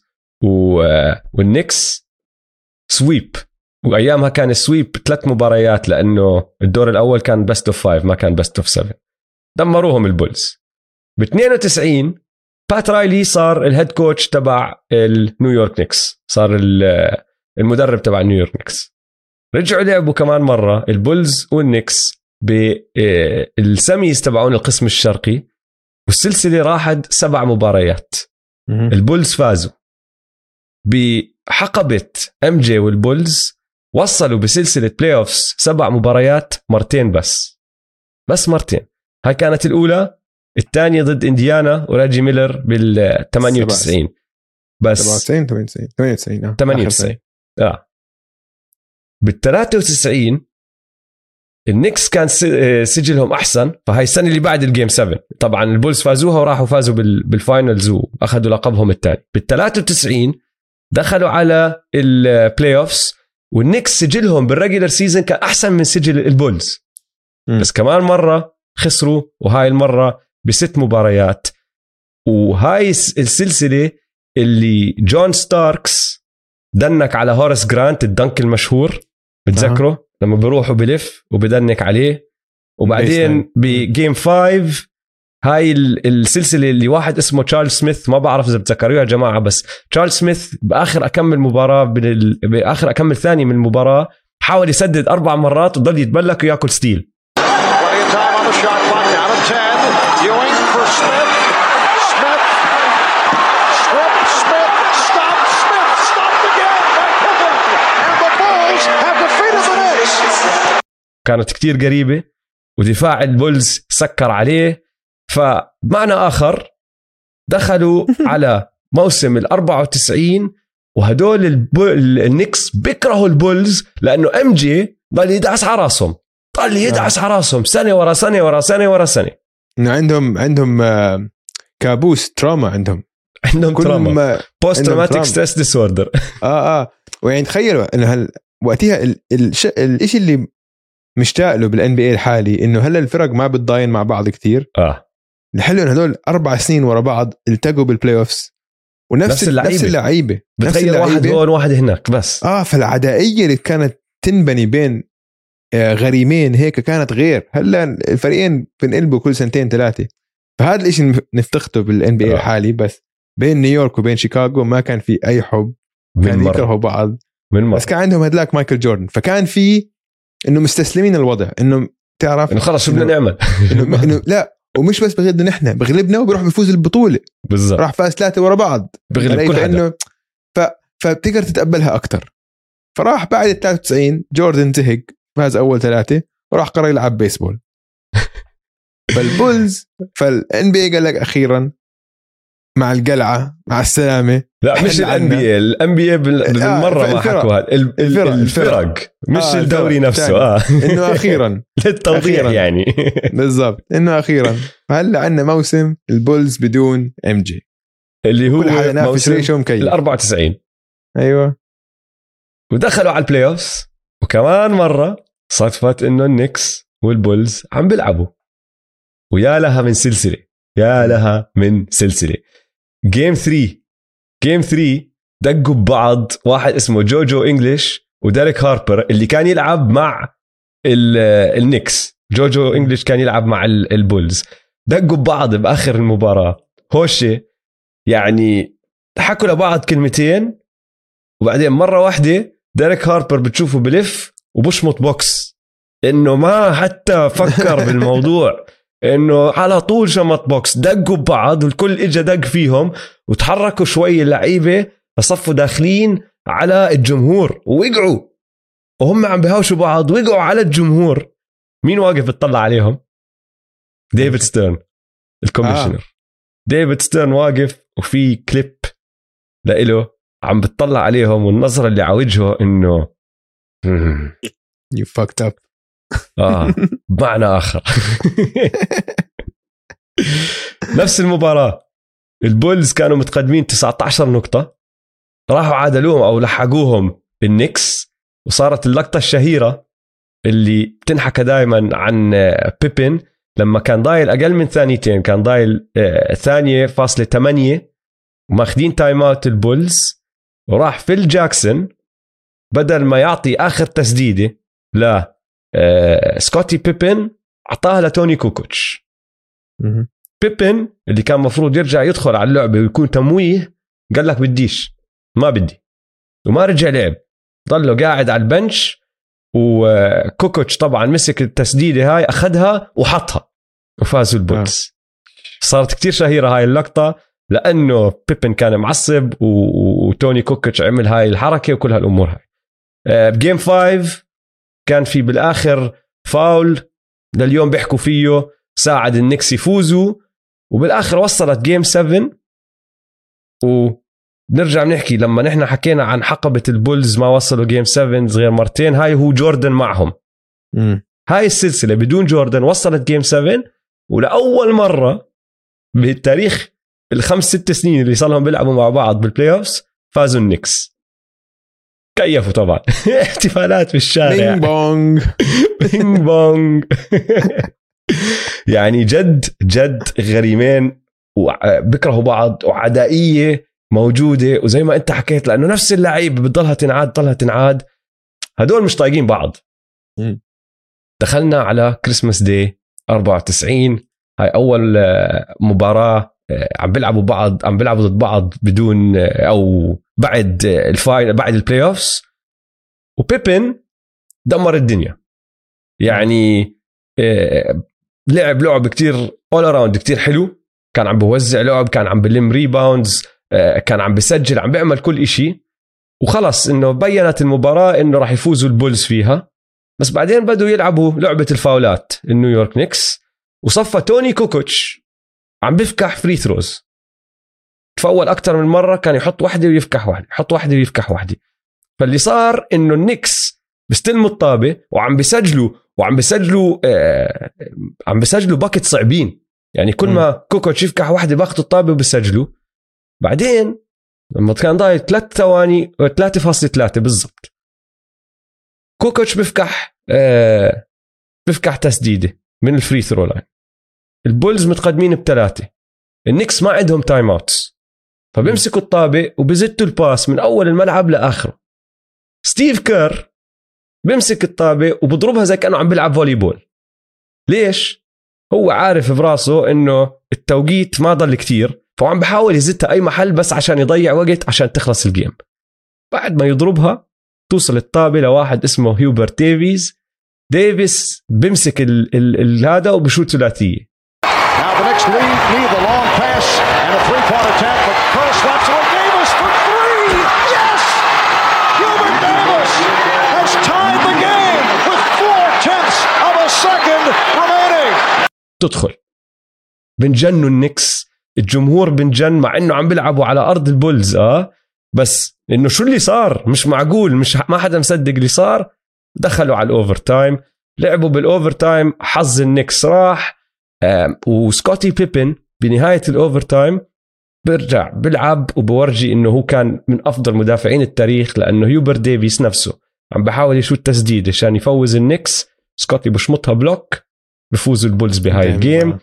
والنيكس سويب، وأيامها كان السويب ثلاث مباريات لأنه الدور الأول كان بست اوف فايف ما كان بست اوف سفن. دمروهم البولز. ب اثنين وتسعين بات رايلي صار الهيد كوتش تبع النيويورك نيكس، صار المدرب تبع نيويورك نيكس. رجعوا لعبوا كمان مرة البولز والنيكس بالسميز تبعون القسم الشرقي، والسلسلة راحت سبع مباريات. البولز فازوا بحقبة ام جي، والبولز وصلوا بسلسلة بلاي اوفس سبع مباريات مرتين بس بس مرتين. هاي كانت الأولى، الثانية ضد إنديانا وراجي ميلر بال ثمانية وتسعين بس سبعة وتسعين ثمانية وتسعين ثمانية وتسعين اه بال ثلاثة وتسعين النيكس كان سجلهم أحسن، فهاي السنة اللي بعد الجيم سبعة طبعا البولز فازوها وراحوا فازوا بالفاينلز وأخذوا لقبهم الثاني. بال ثلاثة وتسعين دخلوا على البلاي اوفس، والنيكس سجلهم بالريجولر سيزن كان أحسن من سجل البولز، م. بس كمان مرة خسروا، وهاي المرة بست مباريات. وهاي السلسلة اللي جون ستاركس دنك على هورس جرانت الدنك المشهور بتذكره أه. لما بيروحوا بلف وبدنك عليه. وبعدين بجيم فايف هاي السلسلة اللي واحد اسمه تشارلز سميث، ما بعرف إذا بتذكروها يا جماعة، بس تشارلز سميث بآخر أكمل مباراة بال... بآخر أكمل ثاني من المباراة حاول يسدد أربع مرات وضل يتبلك ويأكل ستيل. كانت كتير قريبة، ودفاع البولز سكر عليه. فبمعنى آخر دخلوا على موسم الأربعة وتسعين وهدول النكس بيكرهوا البولز لأنه ام جي ضل يدعس على راسهم ضل يدعس على راسهم سنة ورا سنة ورا سنة ورا سنة. إنه عندهم عندهم كابوس تراما عندهم عندهم تراما بوست تروماتيك ستريس ديسوردر. اه اه ويعني تخيلوا انه هل وقتها ال... الش... الاشي اللي مشتاق له بالان بي اي الحالي انه هلا الفرق ما بتضاين مع بعض كتير. اه الحلو ان هدول اربع سنين ورا بعض التقوا بالبلاي اوفس ونفس اللعيبه نفس اللعيبه بتخيل واحد هون واحد هناك بس. اه فالعدائيه اللي كانت تنبني بين غريمين هيك كانت غير. هلا الفريقين بنقلبوا كل سنتين ثلاثه. فهذا الاشي نفتقده بالان بي اي الحالي. بس بين نيويورك وبين شيكاغو ما كان في اي حب كان يكرهوا بعض من مرة. بس كان عندهم هدلاك مايكل جوردن فكان في انه مستسلمين الوضع انه تعرف انه خلص شو بدنا نعمل إنه, انه لا ومش بس بغير نحن بغلبنا وبيروح بيفوز البطوله بالضبط. راح فاز ثلاثه ورا بعض بغلب كل حدا ف... فبتقدر تتقبلها اكتر. فراح بعد ال ثلاثة وتسعين جوردن زهق فاز اول ثلاثه وراح قرر يلعب بيسبول. فالبولز فالان بي اي قال لك اخيرا مع القلعه مع السلامه. لا مش الان بي اي الان بي اي بالمره آه ما حكوا هذا الفرق, الفرق مش آه الدوري نفسه اه انه اخيرا للتوضيح يعني بالضبط انه اخيرا هلا عندنا موسم البولز بدون ام جي اللي هو موسم ال أربعة وتسعين. ايوه ودخلوا على البلاي اوفز وكمان مره صدفت انه النكس والبولز عم بيلعبوا ويا لها من سلسله يا لها من سلسله. جيم ثلاثة جيم ثلاثة دقوا ببعض واحد اسمه جوجو إنجليش وديريك هاربر اللي كان يلعب مع النكس. جوجو إنجليش كان يلعب مع البولز. دقوا ببعض بآخر المباراة هوشة يعني حكوا لبعض كلمتين وبعدين مرة واحدة ديريك هاربر بتشوفه بلف وبشمط بوكس إنه ما حتى فكر بالموضوع انه على طول شمط بوكس. دقوا ببعض والكل اجى دق فيهم وتحركوا شوي اللعيبه فصفوا داخلين على الجمهور ووقعوا وهم عم بهاوشوا بعض وقعوا على الجمهور. مين واقف بتطلع عليهم؟ ديفيد ستيرن الكوميشنر. آه. ديفيد ستيرن واقف وفي كليب لإله عم بتطلع عليهم والنظرة اللي على وجهه انه you fucked up. آه بمعنى آخر. نفس المباراة البولز كانوا متقدمين تسعة عشر نقطة راحوا عادلوهم أو لحقوهم بالنكس وصارت اللقطة الشهيرة اللي بتنحكى دائما عن بيبين لما كان ضايل أقل من ثانيتين كان ضايل ثانية فاصلة ثمانية وماخدين تايم اوت البولز وراح فيل جاكسون بدل ما يعطي آخر تسديدة لا آه، سكوتي بيبين عطاها لتوني كوكوتش. بيبين اللي كان مفروض يرجع يدخل على اللعبة ويكون تمويه قال لك بديش ما بدي وما رجع لعب ضله قاعد على البنش. وكوكوتش طبعا مسك التسديدة هاي أخذها وحطها وفازوا البولز. صارت كتير شهيرة هاي اللقطة لأنه بيبين كان معصب وتوني كوكوتش عمل هاي الحركة وكل هالأمور هاي. آه، بجيم فايف كان في بالآخر فاول لليوم بيحكوا فيه ساعد النكس يفوزوا وبالآخر وصلت جيم سبعة. ونرجع نحكي لما نحن حكينا عن حقبة البولز ما وصلوا جيم سبعة غير مرتين هاي هو جوردن معهم. م. هاي السلسلة بدون جوردن وصلت جيم سبعة ولأول مرة بالتاريخ الخمس ست سنين اللي صارهم بيلعبوا مع بعض بالبلاي أوفس فازوا النكس. كيفوا طبعا احتفالات في الشارع بينج بونج بينج بونج. يعني جد جد غريمين وبكرهوا بعض وعدائية موجودة وزي ما انت حكيت لأنه نفس اللعيب بتضلها تنعاد ضلها تنعاد هدول مش طايقين بعض. دخلنا على كريسماس داي أربعة وتسعين هاي أول مباراة عم بيلعبوا بعض عم بيلعبوا ضد بعض بدون أو بعد الفاينل بعد البلاي أوفس وبيبين دمر الدنيا يعني لعب لعب كتير all around كتير حلو كان عم بوزع لعب كان عم بلم ريباوندز كان عم بسجل عم بيعمل كل إشي وخلص إنه بيّنت المباراة إنه راح يفوزوا البولز فيها بس بعدين بدوا يلعبوا لعبة الفاولات النيويورك نيكس، وصفى توني كوكوتش عم بيفكح فري ثروز، تفول أكتر من مرة، كان يحط واحدة ويفكح واحدة، يحط واحدة ويفكح واحدة. فاللي صار إنه النيكس بيستلموا الطابة وعم بيسجلوا وعم بيسجلوا آه عم بيسجلوا باكت صعبين، يعني كل ما كوكوتش يفكح واحدة باخدوا الطابة وبيسجلوا. بعدين لما كان ضايل ثلاث ثواني ثلاثة فاصلة ثلاثة بالضبط، كوكوتش بيفكح آه بيفكح تسديدة من الفري ثرو لاين، البولز متقدمين بثلاثة، النيكس ما عندهم تايم اوتس، فبيمسكوا الطابة وبيزتوا الباس من أول الملعب لآخره. ستيف كير بيمسك الطابة وبضربها زي كأنه عم بيلعب فولي بول. ليش؟ هو عارف براسه إنه التوقيت ما ضل كتير، فعم بحاول يزتها أي محل بس عشان يضيع وقت عشان تخلص الجيم. بعد ما يضربها توصل الطابة لواحد اسمه هيوبرت ديفيز، ديفيس بيمسك ال ال ال هذا وبشوت ثلاثية. Now the next lead, need the long pass and a three-point attack, but Curl slaps away Davis for three. Yes! Hubert Davis has tied the game with four tenths of a second remaining. تدخل بنجنوا النكس، الجمهور بنجن مع انه عم بيلعبوا على ارض البولز، اه بس انه شو اللي صار مش معقول، مش ما حدا مصدق اللي صار. دخلوا على الاوفر تايم، لعبوا بالاوفر تايم، حظ النكس راح، وسكوتي بيبن بنهاية الأوفر تايم برجع بلعب وبورجي إنه هو كان من أفضل مدافعين التاريخ، لأنه هيوبر ديفيس نفسه عم بحاول يشوت تسديد عشان يفوز النكس، سكوتي بشمطها بلوك، بفوزوا البولز بهاي الجيم.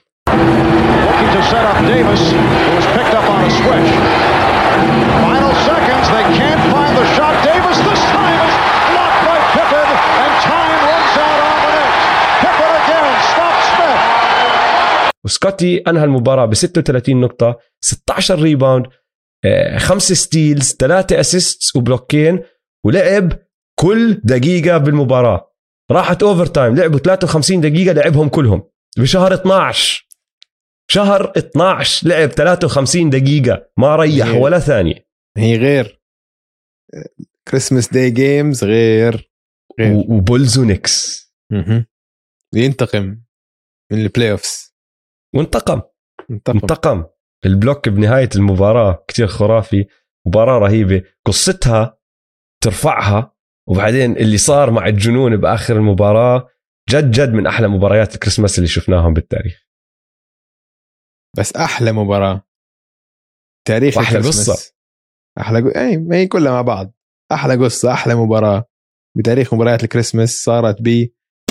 وسكوتي أنهى المباراة ب ستة وثلاثين نقطة، ستة عشر ريباوند، خمسة ستيلز، ثلاثة أسيستس وبلوكين، ولعب كل دقيقة بالمباراة. راحت أوفر تايم، لعبوا ثلاثة وخمسين دقيقة، لعبهم كلهم بشهر اثناشر. شهر اثناشر لعب ثلاثة وخمسين دقيقة، ما ريح ولا ثانية. هي غير كريسمس داي جيمز، غير, غير. وبولز ونكس ينتقم من البلاي اوفز، وانتقم انتقم. انتقم البلوك بنهاية المباراة كتير خرافي، مباراة رهيبة، قصتها ترفعها. وبعدين اللي صار مع الجنون بآخر المباراة جد جد من أحلى مباريات الكريسماس اللي شفناهم بالتاريخ. بس أحلى مباراة تاريخ أحلى قصة، أحلى جو... أي ما هي كلها مع بعض. أحلى قصة، أحلى مباراة بتاريخ مباريات الكريسماس صارت ب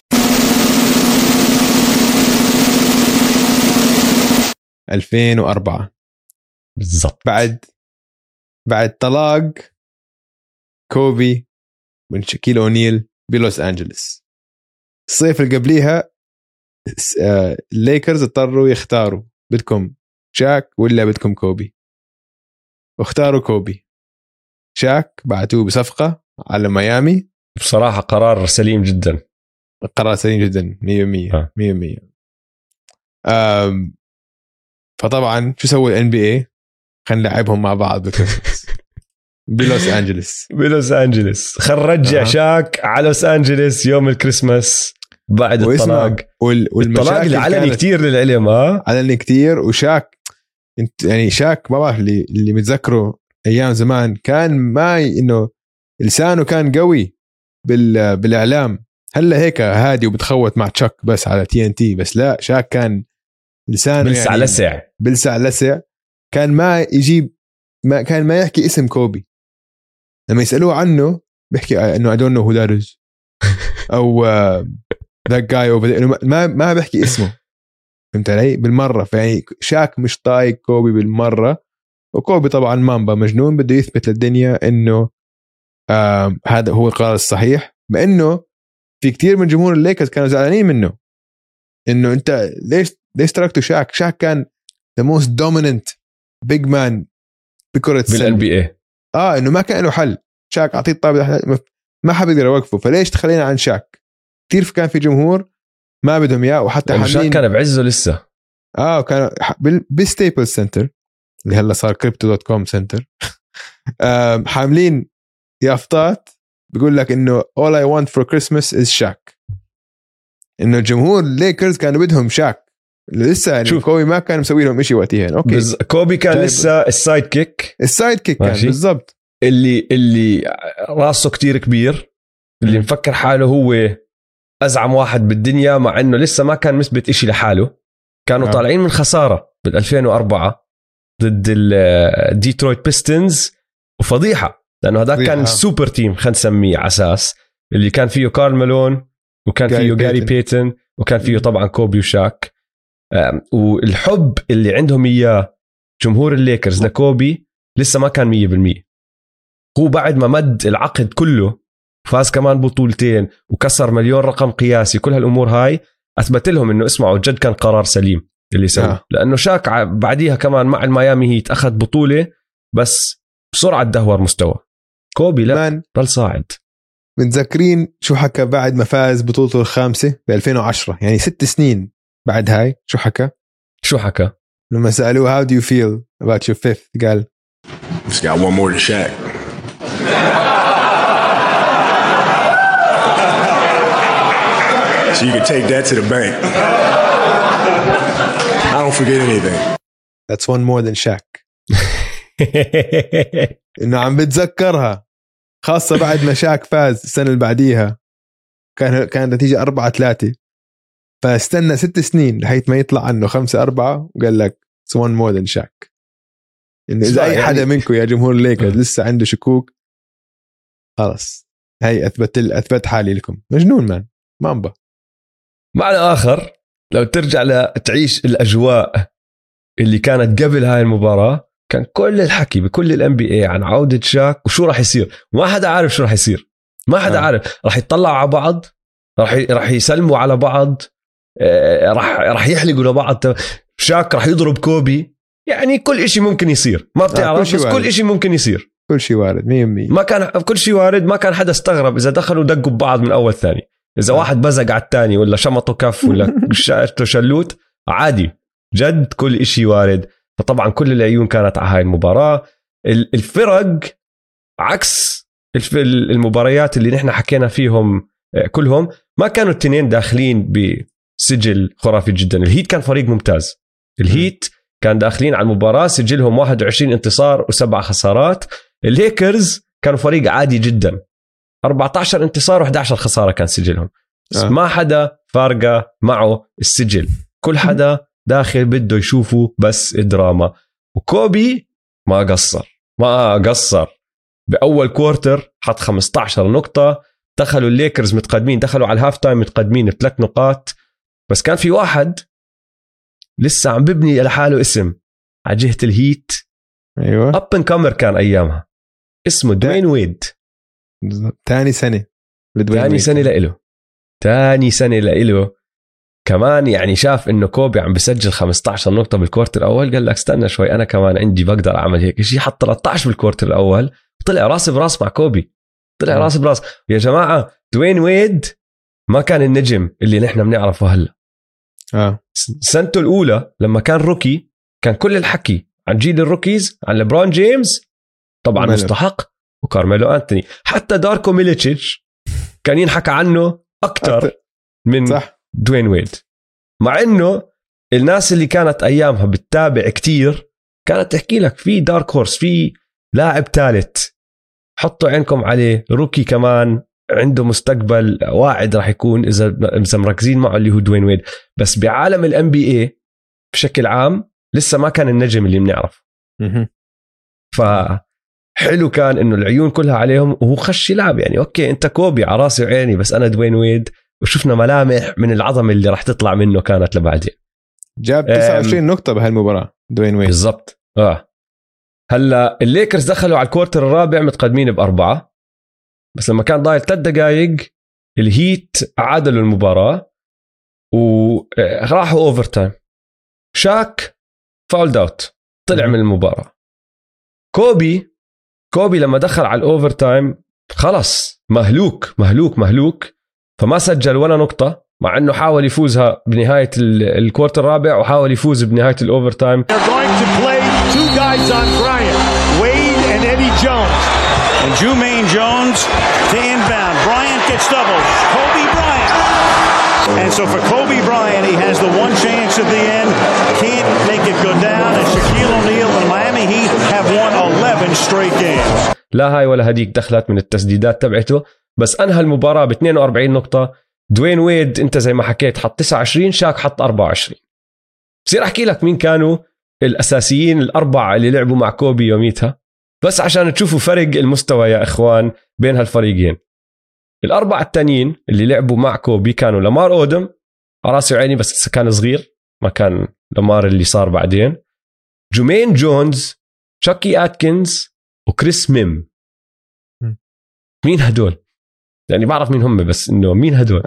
ألفين وأربعة بالضبط، بعد بعد طلاق كوبي من شاكيل أونيل بلوس أنجلس. الصيف اللي قبليها الليكرز اضطروا يختاروا بدكم شاك ولا بدكم كوبي، واختاروا كوبي. شاك بعتوه بصفقة على ميامي. بصراحة قرار سليم جدا، قرار سليم جدا مية مية مية مية. فطبعا شو سوى الان بي اي؟ خلينا نلعبهم مع بعض بلوس أنجلس بلوس أنجلس خرج شاك على لوس أنجلس يوم الكريسماس بعد الطلاق. وال... والطلاق اللي علني كتير للعلم، ها علني كتير. وشاك انت يعني شاك ما بعرف اللي اللي متذكره ايام زمان كان ما انه لسانه كان قوي بال... بالاعلام. هلا هيك هادي وبتخوت مع تشاك بس على تي ان تي، بس لا، شاك كان لسانه بلسع يعني لسع بلسع لسع. كان ما يجيب ما كان ما يحكي اسم كوبي، لما يسألوه عنه بيحكي انه I don't know who that is او that guy over there. ما ما بيحكي اسمه، فهمت علي بالمره. فيعني شاك مش طايق كوبي بالمره. وكوبي طبعا مامبا مجنون، بده يثبت للدنيا انه هذا هو القرار الصحيح، مع انه في كتير من جمهور الليكرز كانوا زعلانين منه، انه انت ليش ليش تركته شاك. شاك كان the most dominant big man بكرة بالان بي اي. اه انه ما كان له حل. شاك اعطيه الطابه ما حد يقدر يوقفه، فليش تخلينا عن شاك؟ كتير كان في جمهور ما بدهم اياه. وحتى حاملين شاك كان بعزه لسه، اه كان بالستيبل سنتر اللي هلا صار كريبتو دوت كوم سنتر حاملين يافطات بيقول لك انه all I want for Christmas is Shaq. انه جمهور ليكرز كانوا بدهم شاك لسه يعني شوف. كوبي ما كان مسوي لهم شيء وقتها. اوكي بز... كوبي كان جايب. لسه السايد كيك السايد كيك كان بالضبط اللي اللي راسه كتير كبير اللي مفكر حاله هو أزعم واحد بالدنيا مع انه لسه ما كان مثبت إشي لحاله. كانوا آه. طالعين من خسارة بال ألفين وأربعة ضد الديترويت بيستنز وفضيحة لانه هذا كان السوبر تيم خلينا نسميه اساس اللي كان فيه كارل مالون وكان فيه جاري بيتن وكان فيه طبعا كوبي وشاك. والحب اللي عندهم إياه جمهور الليكرز لكوبي لسه ما كان مية بالمية. هو بعد ما مد العقد كله فاز كمان بطولتين وكسر مليون رقم قياسي كل هالأمور هاي أثبت لهم إنه اسمعوا جد كان قرار سليم اللي سوى آه. لأنه شاك بعديها كمان مع الميامي هيت أخذ بطولة بس بسرعة دهور مستوى. كوبي لا ضل صاعد. متذكرين شو حكى بعد ما فاز بطولته الخامسة ب ألفين وعشرة يعني ست سنين بعد هاي شو حكى؟ شو حكى؟ لما سألوه how do you feel about your fifth قال just got one more to Shaq. So you can take that to the bank. I don't forget anything. That's one more than Shaq. إنه عم بتذكرها خاصة بعد ما شاك فاز السنة اللي بعديها كان كان نتيجة أربعة ثلاثة فاستنى ست سنين لحيث ما يطلع عنه خمسة أربعة وقال لك it's one more than Shaq. إنه إذا أي حدا منكم يا جمهور الليكرز لسه عنده شكوك خلاص هاي أثبت أثبت حالي لكم مجنون مان ما أنبه. مع الآخر لو ترجع لتعيش الأجواء اللي كانت قبل هاي المباراة كان كل الحكي بكل الام بي اي عن عودة شاك وشو راح يصير. ما حدا عارف شو راح يصير ما حدا آه. عارف راح يطلعوا على بعض راح راح يسلموا على بعض راح راح يحلقوا لبعض شاك راح يضرب كوبي يعني كل إشي ممكن يصير ما بتعرف آه. بس وارد. كل إشي ممكن يصير كل شيء وارد مية بالمية ما كان كل شيء وارد. ما كان حدا استغرب إذا دخلوا دقوا ببعض من أول ثاني إذا آه. واحد بزق على الثاني ولا شمطه كف ولا شاشته شلوت عادي جد كل إشي وارد. فطبعا كل العيون كانت على هاي المباراة. الفرق عكس المباريات اللي نحن حكينا فيهم كلهم ما كانوا التنين داخلين بسجل خرافي جدا. الهيت كان فريق ممتاز. الهيت كان داخلين على المباراة سجلهم واحد وعشرين انتصار وسبع خسارات. الليكرز كانوا فريق عادي جدا أربعة عشر انتصار وإحدى عشرة خسارة كان سجلهم. آه. ما حدا فارقة معه السجل كل حدا داخل بده يشوفوا بس الدراما. وكوبي ما قصر ما قصر بأول كوارتر حط خمسة عشر نقطة. دخلوا الليكرز متقدمين دخلوا على الهاف تايم متقدمين بثلاث نقاط بس كان في واحد لسه عم ببني لحاله اسم على جهة الهيت. أيوة أب أند كامر كان أيامها اسمه دوين ويد. تاني سنة تاني سنة لإله تاني سنة لإله كمان يعني شاف إنه كوبي عم بسجل خمسة عشر نقطة بالكوارتر الأول قال لك استنى شوي أنا كمان عندي بقدر أعمل هيك شيء. حط ثلاثة عشر بالكوارتر الأول طلع راس براس مع كوبي طلع م. راس براس. يا جماعة دوين ويد ما كان النجم اللي نحن بنعرفه هلا. آه. سنته الأولى لما كان روكي كان كل الحكي عن جيل الروكيز عن ليبرون جيمس طبعا ملر. مستحق وكارميلو أنتوني حتى داركو ميليتشيتش كان ينحكى عنه أكتر من صح. دوين ويد مع إنه الناس اللي كانت أيامها بتتابع كتير كانت تحكي لك في دارك هورس في لاعب ثالث حطوا عينكم عليه روكي كمان عنده مستقبل واعد راح يكون إذا إذا مركزين معه اللي هو دوين ويد. بس بعالم الام بي اي بشكل عام لسه ما كان النجم اللي بنعرف. فحلو كان إنه العيون كلها عليهم وهو خش يلعب يعني أوكي أنت كوبي على راسي وعيني بس أنا دوين ويد وشفنا ملامح من العظمة اللي راح تطلع منه كانت لبعدين. جاب تسعة وعشرين نقطة بهالمباراة دوين ويد بالضبط. آه هلا الليكرز دخلوا على الكوارتر الرابع متقدمين بأربعة بس لما كان ضايل ثلاث دقائق الهيت عادلوا المباراة وراحوا أوفر تايم. شاك فاولد اوت طلع من المباراة. كوبي كوبي لما دخل على الأوفر تايم خلص مهلوك مهلوك مهلوك فما سجل ولا نقطة مع أنه حاول يفوزها بنهاية الكوارتر الرابع وحاول يفوز بنهاية الأوفر تايم. They're going to play two guys on Bryant, Wade and Eddie Jones. And Jermaine Jones to inbound. Bryant gets doubled. Kobe Bryant. And so for Kobe Bryant, he has the one chance at the end. Can't make it go down. And Shaquille O'Neal and Miami Heat have won eleven straight games. لا هاي ولا هديك دخلت من التسديدات تبعته، بس أنهى المباراة ب اثنين وأربعين نقطة. دوين ويد أنت زي ما حكيت حط تسعة وعشرين، شاك حط أربعة وعشرين. بصير أحكي لك مين كانوا الأساسيين الأربعة اللي لعبوا مع كوبي يوميتها، بس عشان تشوفوا فرق المستوى يا إخوان بين هالفريقين. الأربعة التانيين اللي لعبوا مع كوبي كانوا لامار أودم، راسي وعيني بس كان صغير، ما كان لامار اللي صار بعدين، جومين جونز، شاكي آتكنز، وكريس ميم. مين هدول؟ يعني بعرف مين هم، بس إنه مين هدول؟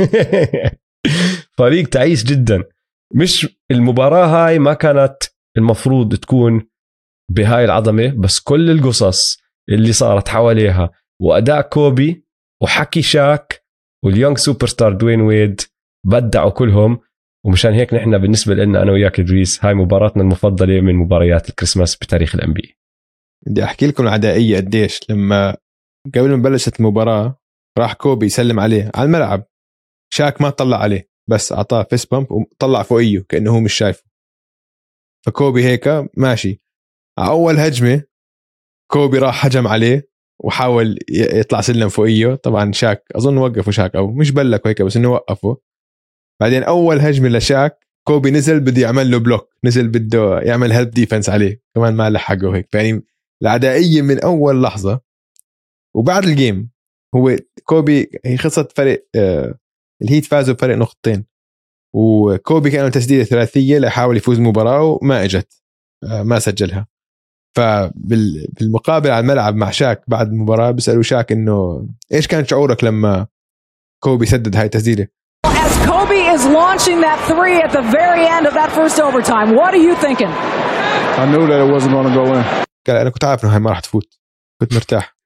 فريق تعيس جدا. مش المباراة هاي ما كانت المفروض تكون بهاي العظمة، بس كل القصص اللي صارت حواليها وأداء كوبي وحكي شاك واليونغ سوبر ستار دوين ويد بدعوا كلهم. ومشان هيك نحن بالنسبة لنا أنا وياك إدريس هاي مباراتنا المفضلة من مباريات الكريسماس بتاريخ الان بي. بدي أحكي لكم العدائية قديش. لما قبل ما بلشت المباراة راح كوبي يسلم عليه على الملعب، شاك ما طلع عليه بس أعطاه فيس بامب وطلع فوقيه كأنه هو مش شايفه. فكوبي هيك ماشي. أول هجمة كوبي راح هجم عليه وحاول يطلع سلم فوقيه، طبعا شاك أظن وقفه شاك أو مش بلك هيك بس إنه وقفه. بعدين أول هجمة لشاك كوبي نزل بده يعمل له بلوك، نزل بده يعمل هيلب ديفنس عليه كمان ما لحقه هيك. يعني العدائية من أول لحظة. وبعد الجيم هو كوبي هي خلصت فرق آه الهيت فازوا بفرق نقطتين، وكوبي كانوا تسديدة ثلاثية ليحاول يفوز المباراة وما اجت، آه ما سجلها. فبالمقابل على الملعب مع شاك بعد المباراة بيسألوا شاك إنه إيش كان شعورك لما كوبي سدد هاي التسديدة؟ As Kobe is launching that three at the very end of that first overtime, what are you thinking? I knew that it wasn't going to go in. قال أنا كنت عارف إنه هاي ما راح تفوت، كنت مرتاح.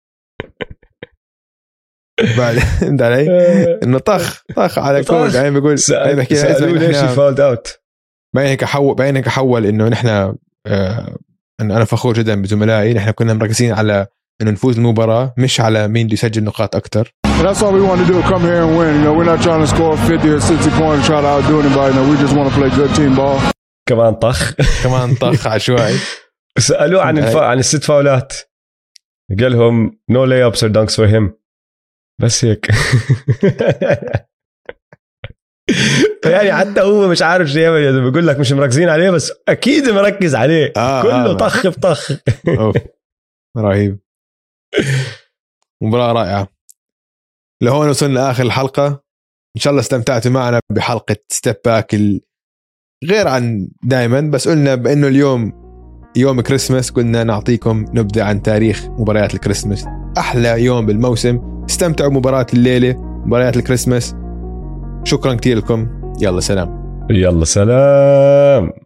بعد انت علي انه طخ طخ على كوبي. يعني بيقول يعني بحكي سألوه ليش فاولد اوت، باين هيك حول باين هيك حول انه نحن آه انه انا فخور جدا بزملائي، نحن كنا مركزين على انه نفوز المباراه مش على مين بده يسجل نقاط اكثر. That's all we want to do, come here and win. You know, we're not trying to score fifty or sixty points and try to outdo anybody. No, we just want to play good team ball. كمان طخ كمان طخ عشوائي. سألوه عن الف... عن الست فاولات، قال لهم no layups or dunks for him، بس هيك. يعني حتى هو مش عارف شيء يعمل، بيقول لك مش مركزين عليه بس اكيد مركز عليه. آه كله آه طخ بطخ. أوف. رهيب. مباراة رائعة. لهون وصلنا لآخر الحلقة، إن شاء الله استمتعتوا معنا بحلقة ستيب باك غير عن دائما، بس قلنا بأنه اليوم يوم كريسمس قلنا نعطيكم نبذة عن تاريخ مباريات الكريسمس. أحلى يوم بالموسم، استمتعوا بمباراة الليلة مباريات الكريسمس. شكرا كتير لكم، يلا سلام. يلا سلام.